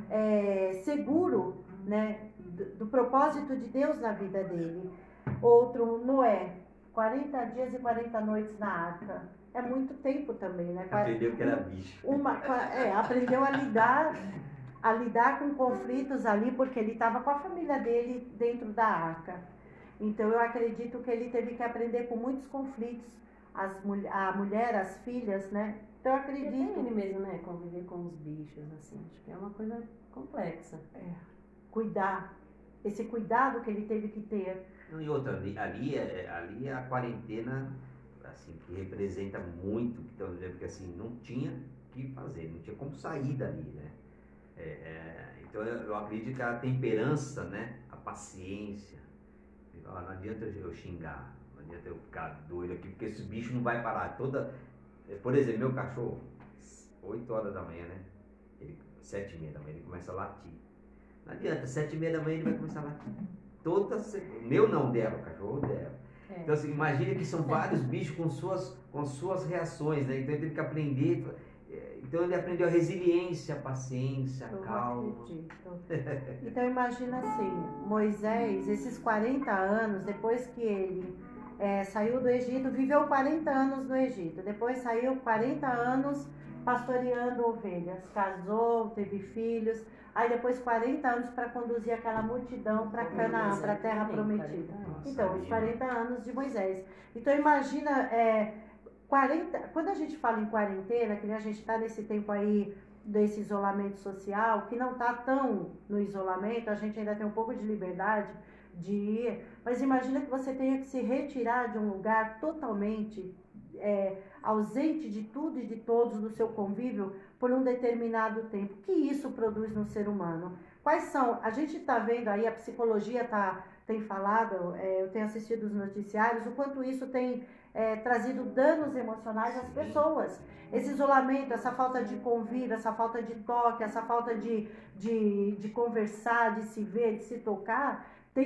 seguro, né, do propósito de Deus na vida dele. Outro, Noé, 40 dias e 40 noites na arca. É muito tempo também, né? Aprendeu que era bicho. Aprendeu a lidar com conflitos ali, porque ele estava com a família dele dentro da arca. Então eu acredito que ele teve que aprender com muitos conflitos, a mulher, as filhas, né? Então eu acredito... E ele mesmo, né, conviver com os bichos, assim, acho que é uma coisa complexa. Cuidar, esse cuidado que ele teve que ter. E outra, ali é a quarentena, assim, que representa muito, porque assim, não tinha o que fazer, não tinha como sair dali, né? Então eu acredito que a temperança, né, a paciência, não adianta eu xingar, não adianta eu ficar doido aqui, porque esse bicho não vai parar. Por exemplo, meu cachorro, 8 horas da manhã, né, 7h30 da manhã, ele começa a latir. Não adianta, 7h30 da manhã ele vai começar a latir. Meu não, dela, o cachorro dela. Então assim, imagina que são vários bichos com suas reações, né, então ele teve que aprender. Então ele aprendeu a resiliência, a paciência, a calma. Então imagina assim, Moisés, esses 40 anos, depois que ele saiu do Egito, viveu 40 anos no Egito, depois saiu 40 anos pastoreando ovelhas, casou, teve filhos, aí depois 40 anos para conduzir aquela multidão para Canaã, para a terra prometida. Então, os 40 anos de Moisés. Então imagina... quando a gente fala em quarentena, que a gente está nesse tempo aí desse isolamento social, que não está tão no isolamento, a gente ainda tem um pouco de liberdade de ir, mas imagina que você tenha que se retirar de um lugar totalmente ausente de tudo e de todos do seu convívio por um determinado tempo. O que isso produz no ser humano? Quais são? A gente está vendo aí, a psicologia tem falado, eu tenho assistido os noticiários, o quanto isso tem trazido danos emocionais às pessoas. Esse isolamento, essa falta de convívio, essa falta de toque, essa falta de conversar, de se ver, de se tocar,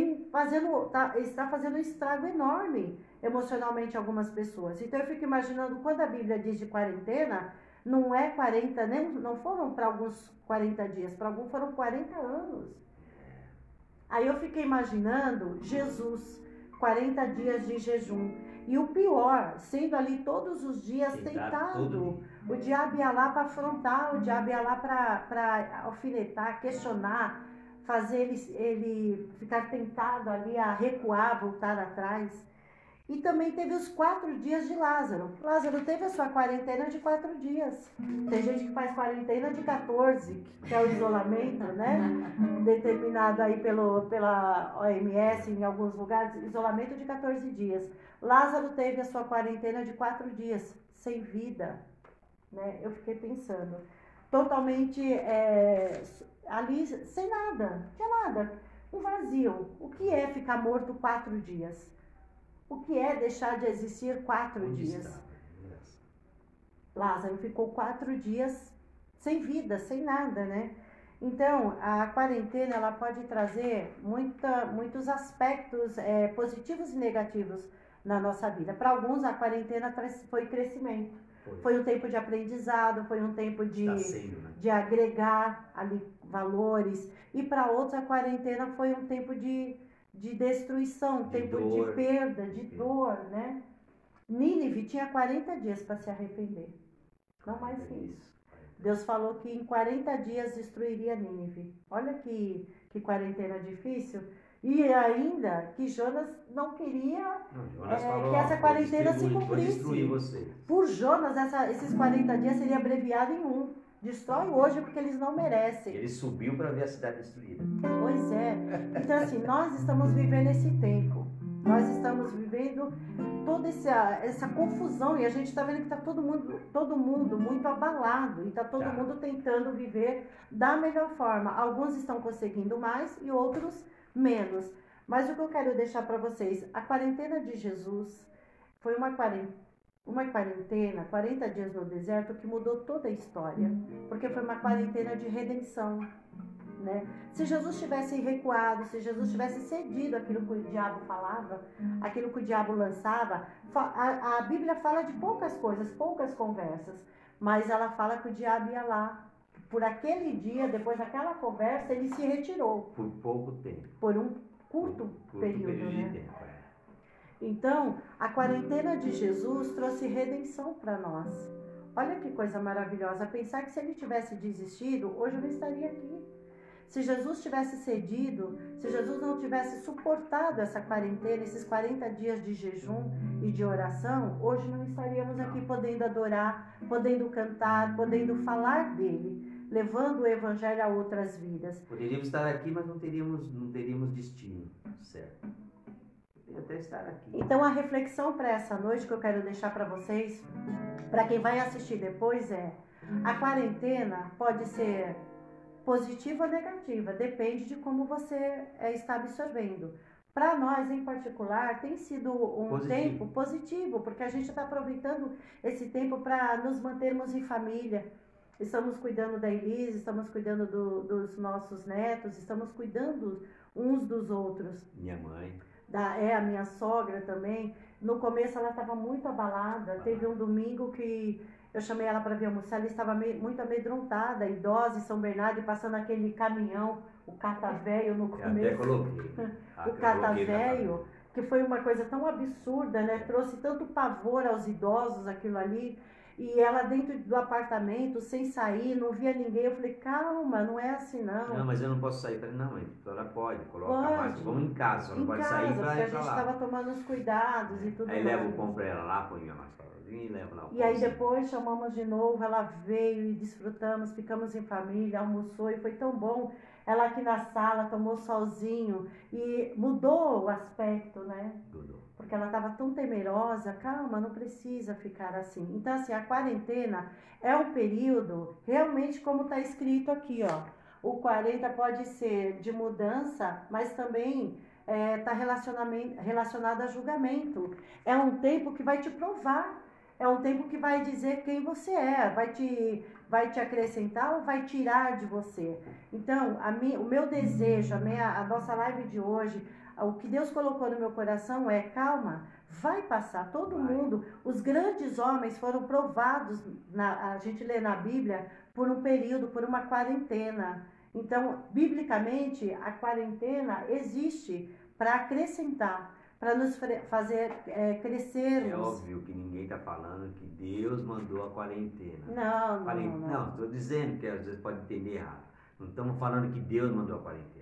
está fazendo um estrago enorme emocionalmente a algumas pessoas. Então eu fico imaginando, quando a Bíblia diz de quarentena, não é 40, não foram para alguns 40 dias, para alguns foram 40 anos. Aí eu fiquei imaginando Jesus, 40 dias de jejum. E o pior, sendo ali todos os dias tentado. O diabo ia lá para afrontar, o diabo ia lá para alfinetar, questionar, fazer ele ficar tentado ali a recuar, voltar atrás. E também teve os 4 dias de Lázaro. Lázaro teve a sua quarentena de 4 dias. Tem gente que faz quarentena de 14, que é o isolamento, né? Determinado aí pela OMS em alguns lugares, isolamento de 14 dias. Lázaro teve a sua quarentena de 4 dias, sem vida, né? Eu fiquei pensando, totalmente ali, sem nada, não tinha nada, um vazio. O que é ficar morto 4 dias? O que é deixar de existir 4 Onde dias? está? Lázaro ficou 4 dias sem vida, sem nada, né? Então, a quarentena ela pode trazer muitos aspectos positivos e negativos na nossa vida. Para alguns, a quarentena foi crescimento. Foi um tempo de aprendizado, foi um tempo Está sendo, né? de agregar ali valores. E para outros, a quarentena foi um tempo de destruição, um De tempo dor. de perda, de dor, né? Nínive tinha 40 dias para se arrepender. Não mais que isso. Deus falou que em 40 dias destruiria Nínive. Olha que quarentena difícil. E ainda que Jonas não queria Jonas falou, que essa quarentena se vou cumprisse. destruir vocês. Por Jonas, esses 40 dias seria abreviado em 1. Destrói hoje porque eles não merecem. Ele subiu para ver a cidade destruída. Pois é. Então assim, nós estamos vivendo esse tempo. Nós estamos vivendo toda essa confusão e a gente está vendo que está todo mundo muito abalado e está todo mundo tentando viver da melhor forma. Alguns estão conseguindo mais e outros menos. Mas o que eu quero deixar para vocês, a quarentena de Jesus foi uma quarentena, 40 dias no deserto, que mudou toda a história, porque foi uma quarentena de redenção. Né? Se Jesus tivesse recuado, se Jesus tivesse cedido aquilo que o diabo falava, aquilo que o diabo lançava, a Bíblia fala de poucas coisas, poucas conversas, mas ela fala que o diabo ia lá. Por aquele dia, depois daquela conversa, ele se retirou. Por pouco tempo. Por um curto período, né? de tempo. Então, a quarentena de Jesus trouxe redenção para nós. Olha que coisa maravilhosa, pensar que se ele tivesse desistido, hoje eu não estaria aqui. Se Jesus tivesse cedido, se Jesus não tivesse suportado essa quarentena, esses 40 dias de jejum e de oração, hoje não estaríamos aqui podendo adorar, podendo cantar, podendo falar dele, levando o evangelho a outras vidas. Poderíamos estar aqui, mas não teríamos destino, certo? Poderia até estar aqui. Então a reflexão para essa noite que eu quero deixar para vocês, para quem vai assistir depois a quarentena pode ser positiva ou negativa, depende de como você está absorvendo. Para nós, em particular, tem sido um tempo positivo, porque a gente está aproveitando esse tempo para nos mantermos em família. Estamos cuidando da Elise, estamos cuidando dos nossos netos, estamos cuidando uns dos outros. Minha mãe. A minha sogra também. No começo ela estava muito abalada. Teve um domingo que eu chamei ela para vir almoçar, ela estava muito amedrontada, idosa em São Bernardo, e passando aquele caminhão, o catavéio no começo. Eu até coloquei. O catavéio, que foi uma coisa tão absurda, né? Trouxe tanto pavor aos idosos aquilo ali. E ela dentro do apartamento, sem sair, não via ninguém. Eu falei, calma, não é assim não. Não, mas eu não posso sair. Eu falei, não, mãe, a senhora pode, coloca mais. Vamos em casa, só não pode sair porque a gente estava tomando os cuidados e tudo mais. Aí leva o pão pra ela lá, põe minha máscarazinha e leva lá o pão. E aí depois chamamos de novo, ela veio e desfrutamos, ficamos em família, almoçou e foi tão bom. Ela aqui na sala tomou solzinho e mudou o aspecto, né? Mudou. Porque ela estava tão temerosa, calma, não precisa ficar assim. Então, assim, a quarentena é um período, realmente como está escrito aqui, ó. O 40 pode ser de mudança, mas também está relacionado a julgamento. É um tempo que vai te provar, é um tempo que vai dizer quem você é, vai te acrescentar ou vai tirar de você. Então, o meu desejo, a nossa live de hoje, o que Deus colocou no meu coração é, calma, vai passar, todo mundo, os grandes homens foram provados, a gente lê na Bíblia, por um período, por uma quarentena. Então, biblicamente, a quarentena existe para acrescentar, para nos fazer crescermos. É óbvio que ninguém está falando que Deus mandou a quarentena. Não. Estou dizendo que às vezes pode entender errado. Não estamos falando que Deus mandou a quarentena.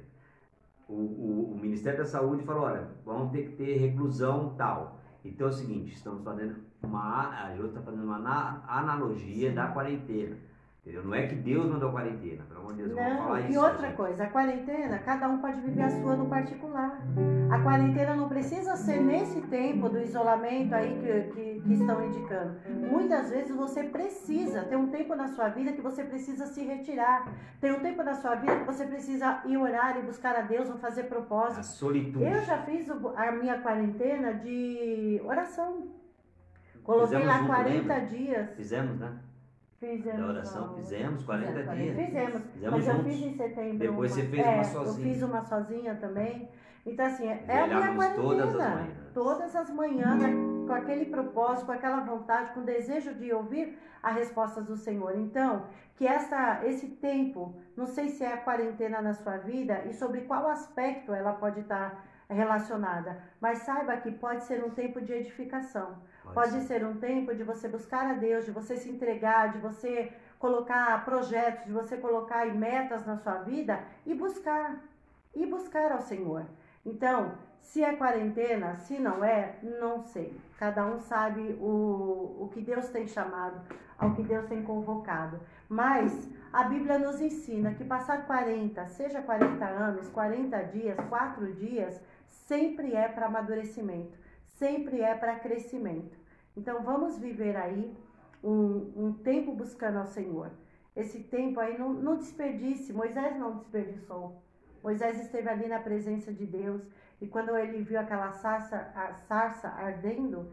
O Ministério da Saúde falou, olha, vamos ter que ter reclusão tal. Então é o seguinte, estamos fazendo a Jô está fazendo uma analogia da quarentena. Entendeu? Não é que Deus mandou a quarentena, pelo amor de Deus, eu vou Não, falar e isso. outra gente. coisa, a quarentena, cada um pode viver a sua no particular. A quarentena não precisa ser nesse tempo do isolamento aí que estão indicando. Muitas vezes você precisa, tem um tempo na sua vida que você precisa se retirar. Tem um tempo na sua vida que você precisa ir orar e buscar a Deus ou fazer A propósito. solitude. Eu já fiz a minha quarentena de oração. Coloquei Fizemos lá junto, 40 lembra? dias. Fizemos, né? Fizemos. Da oração, não. fizemos 40 Fizemos dias. 40 Fizemos, Fizemos mas eu juntos. fiz em setembro. Depois uma. você fez uma sozinha. Eu fiz uma sozinha também. Então, assim, é a minha Velhávamos quarentena. todas as manhãs. Todas as manhãs, né, com aquele propósito, com aquela vontade, com o desejo de ouvir as respostas do Senhor. Então, que esse tempo, não sei se é a quarentena na sua vida e sobre qual aspecto ela pode estar relacionada, mas saiba que pode ser um tempo de edificação. Pode ser um tempo de você buscar a Deus, de você se entregar, de você colocar projetos, de você colocar aí metas na sua vida e buscar ao Senhor. Então, se é quarentena, se não é, não sei. Cada um sabe o que Deus tem chamado, ao que Deus tem convocado. Mas a Bíblia nos ensina que passar 40, seja 40 anos, 40 dias, 4 dias, sempre é para amadurecimento, sempre é para crescimento. Então vamos viver aí um tempo buscando ao Senhor. Esse tempo aí não desperdice. Moisés não desperdiçou. Moisés esteve ali na presença de Deus e quando ele viu aquela sarça ardendo,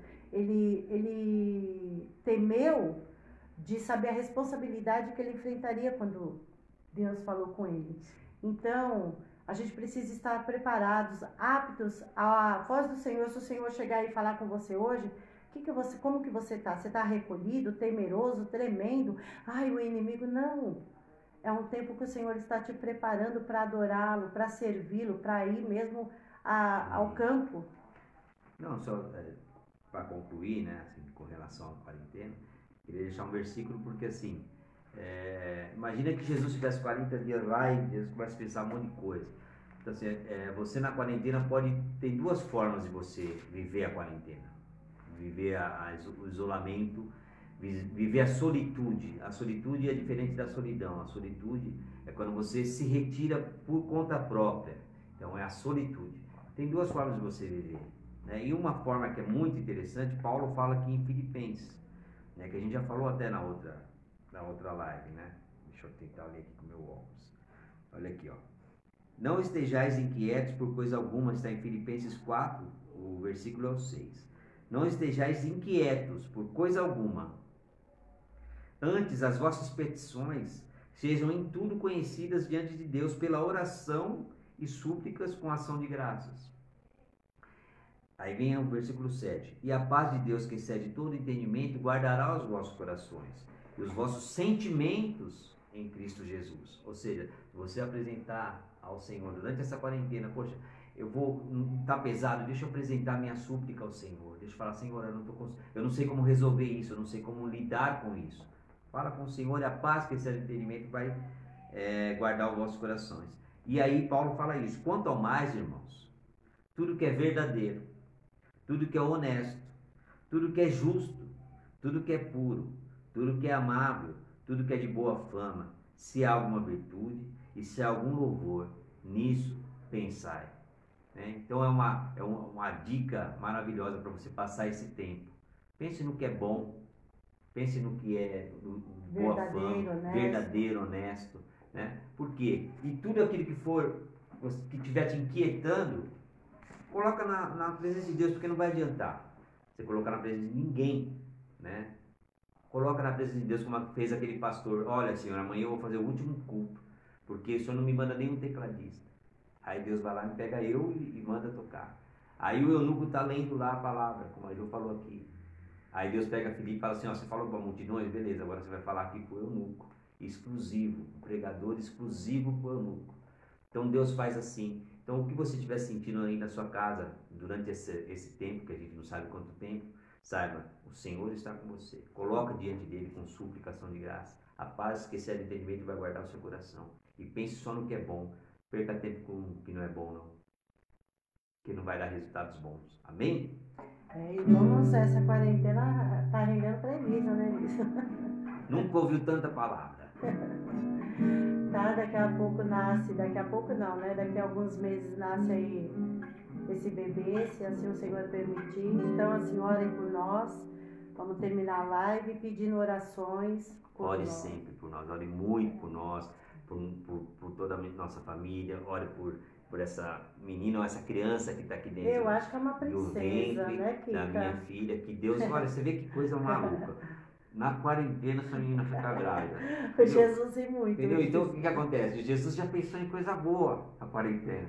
ele temeu de saber a responsabilidade que ele enfrentaria quando Deus falou com ele. Então, a gente precisa estar preparados, aptos à voz do Senhor. Se o Senhor chegar e falar com você hoje, como que você está? Você está recolhido, temeroso, tremendo? Ai, o inimigo, não. É um tempo que o Senhor está te preparando para adorá-lo, para servi-lo, para ir mesmo ao campo. Não, só para concluir, né, assim, com relação à quarentena, queria deixar um versículo porque assim, imagina que Jesus tivesse 40 dias lá e Jesus começa a pensar um monte de coisa. Então assim, você na quarentena tem duas formas de você viver a quarentena. Viver o isolamento, viver a solitude. A solitude é diferente da solidão. A solitude é quando você se retira por conta própria. Então é a solitude. Tem duas formas de você viver, né? E uma forma que é muito interessante, Paulo fala aqui em Filipenses, né? Que a gente já falou até na outra live, né? Deixa eu tentar ler aqui com o meu óculos. Olha aqui, ó. Não estejais inquietos por coisa alguma, está em Filipenses 4, o versículo é o 6. Não estejais inquietos por coisa alguma. Antes, as vossas petições sejam em tudo conhecidas diante de Deus pela oração e súplicas com ação de graças. Aí vem o versículo 7. E a paz de Deus, que excede todo entendimento, guardará os vossos corações e os vossos sentimentos em Cristo Jesus. Ou seja, você apresentar ao Senhor durante essa quarentena, poxa, tá pesado, deixa eu apresentar minha súplica ao Senhor. Deixa eu falar, Senhor, eu não sei como resolver isso, eu não sei como lidar com isso. Fala com o Senhor e a paz que excede o entendimento vai guardar os vossos corações. E aí Paulo fala isso. Quanto ao mais, irmãos, tudo que é verdadeiro, tudo que é honesto, tudo que é justo, tudo que é puro, tudo que é amável, tudo que é de boa fama, se há alguma virtude e se há algum louvor, nisso pensai. Então é uma dica maravilhosa para você passar esse tempo. Pense no que é bom, pense no que é boa fama, verdadeiro, honesto, né? Por quê? E tudo aquilo que estiver te inquietando, coloca na presença de Deus, porque não vai adiantar você colocar na presença de ninguém, né? Coloca na presença de Deus, como fez aquele pastor. Olha, Senhor, amanhã eu vou fazer o último culto, porque o Senhor não me manda nenhum tecladista. Aí Deus vai lá, me pega eu e manda tocar. Aí o eunuco está lendo lá a palavra, como a Ju falou aqui. Aí Deus pega Filipe e fala assim, ó, você falou para multidões, beleza, agora você vai falar aqui para o eunuco, exclusivo, um pregador exclusivo para o eunuco. Então Deus faz assim. Então o que você estiver sentindo aí na sua casa, durante esse tempo, que a gente não sabe quanto tempo, saiba, o Senhor está com você. Coloca diante dele com suplicação de graça. A paz que excede o entendimento vai guardar o seu coração. E pense só no que é bom. Perca tempo com o que não é bom, não. Que não vai dar resultados bons. Amém? Irmãos, essa quarentena tá rendendo prejuízo, né, Liz? Nunca ouviu tanta palavra. Tá? Daqui a pouco nasce, daqui a pouco não, né? Daqui a alguns meses nasce aí esse bebê, se assim o Senhor permitir. Então, assim, orem por nós. Vamos terminar a live pedindo orações por Ore nós. sempre por nós, ore muito por nós, por toda a nossa família, ore por essa menina ou essa criança que está aqui dentro Eu acho que é uma do princesa, ventre né, da minha Kika? filha, que Deus, olha, você vê que coisa maluca. Na quarentena essa menina fica grávida. O Jesus e muito. Entendeu? Então o que acontece? Jesus já pensou em coisa boa na quarentena.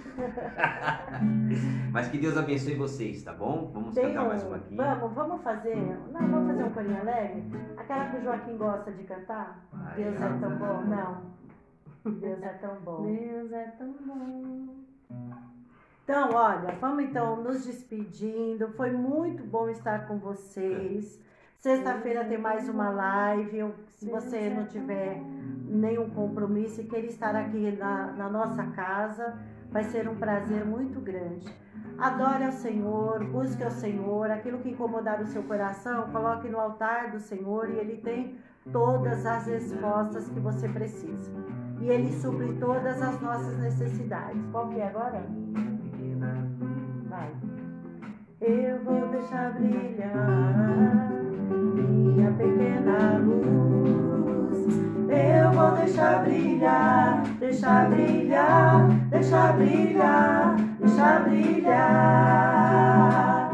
Mas que Deus abençoe vocês, tá bom? Vamos cantar mais uma aqui. Vamos fazer. Não, vamos fazer um corinho alegre? Aquela que o Joaquim gosta de cantar? Deus é tão bom. Não. Deus é tão bom. Deus é tão bom. Então, olha, vamos então nos despedindo. Foi muito bom estar com vocês. Sexta-feira tem mais uma live. Se você não tiver nenhum compromisso e querer estar aqui na nossa casa, vai ser um prazer muito grande. Adore ao Senhor, busque ao Senhor, aquilo que incomodar o seu coração, coloque no altar do Senhor e Ele tem todas as respostas que você precisa. E Ele supre todas as nossas necessidades. Qual que é agora? Vai. Eu vou deixar brilhar minha pequena luz. Eu vou deixar brilhar, deixar brilhar, deixar brilhar, deixar brilhar.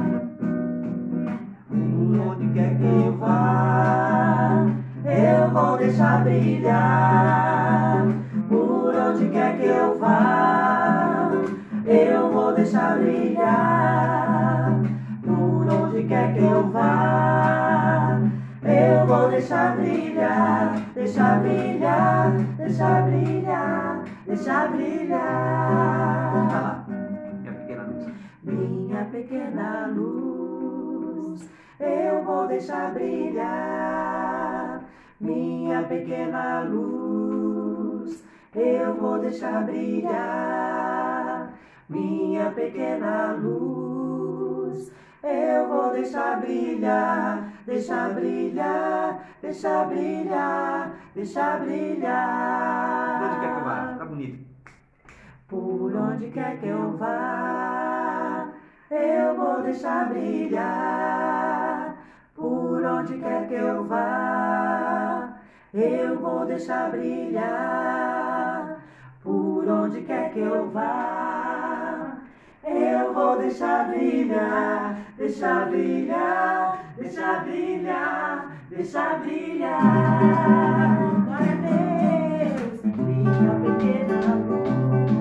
Por onde quer que eu vá, eu vou deixar brilhar. Por onde quer que eu vá, eu vou deixar brilhar. Por onde quer que eu vá, eu vou deixar brilhar, deixar brilhar, deixar brilhar, deixar brilhar. Minha pequena luz. Minha pequena luz, eu vou deixar brilhar. Minha pequena luz, eu vou deixar brilhar. Minha pequena luz, eu vou deixar brilhar, deixar brilhar, deixar brilhar, deixar brilhar. Onde quer que eu vá? Tá bonito. Por onde quer que eu vá, eu vou deixar brilhar. Por onde quer que eu vá, eu vou deixar brilhar. Por onde quer que eu vá, eu vou deixar brilhar, deixar brilhar, deixar brilhar, deixar brilhar. Glória a Deus, minha pequena luz,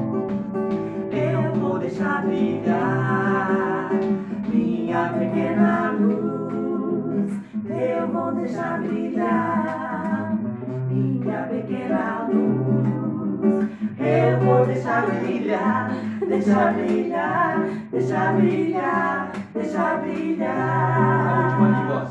eu vou deixar brilhar. Minha pequena luz, eu vou deixar brilhar. Minha pequena luz, eu vou deixar brilhar, deixar brilhar, deixar brilhar, deixar brilhar. A última de voz.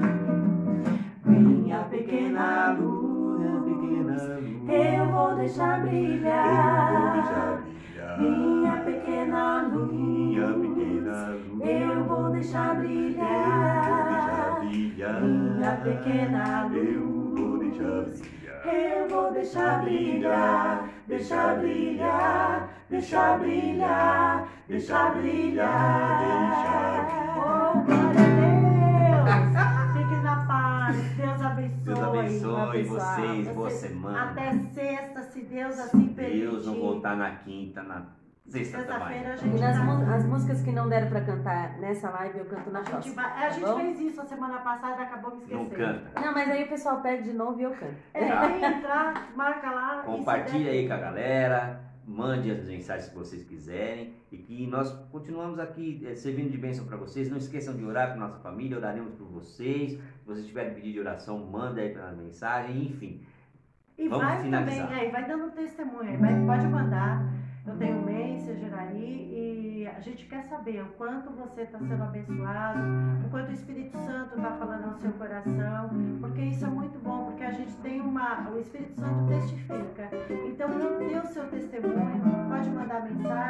Minha pequena luz, eu vou deixar brilhar. Minha pequena luz, eu vou deixar brilhar. Minha pequena luz, eu vou deixar brilhar, deixar brilhar, deixar brilhar, deixar brilhar. Oh, glória a Deus! Fique na paz, Deus abençoe. Deus abençoe abençoar. vocês, boa semana. Até sexta, se Deus assim Se permitir. Deus não voltar na quinta, na sexta também. Sexta-feira a E gente as músicas que não deram pra cantar nessa live, eu canto na a gente, próxima. a gente bom? fez isso a semana passada, acabou me Não esquecendo. canta. Não, mas aí o pessoal pede de novo e eu canto. É, vem entrar, marca lá. e se Compartilha der- aí com a galera, mande as mensagens que vocês quiserem e que nós continuamos aqui servindo de bênção para vocês. Não esqueçam de orar para nossa família, oraremos por vocês. Se vocês tiverem pedido de oração, manda aí pela mensagem, enfim. E Vamos vai finalizar. também, vai dando testemunho aí, pode mandar. Eu tenho um Messenger aí e a gente quer saber o quanto você está sendo abençoado, o quanto o Espírito Santo está falando ao seu coração, porque isso é muito bom, porque a gente tem o Espírito Santo testifica. Então, dê o seu testemunho, pode mandar mensagem.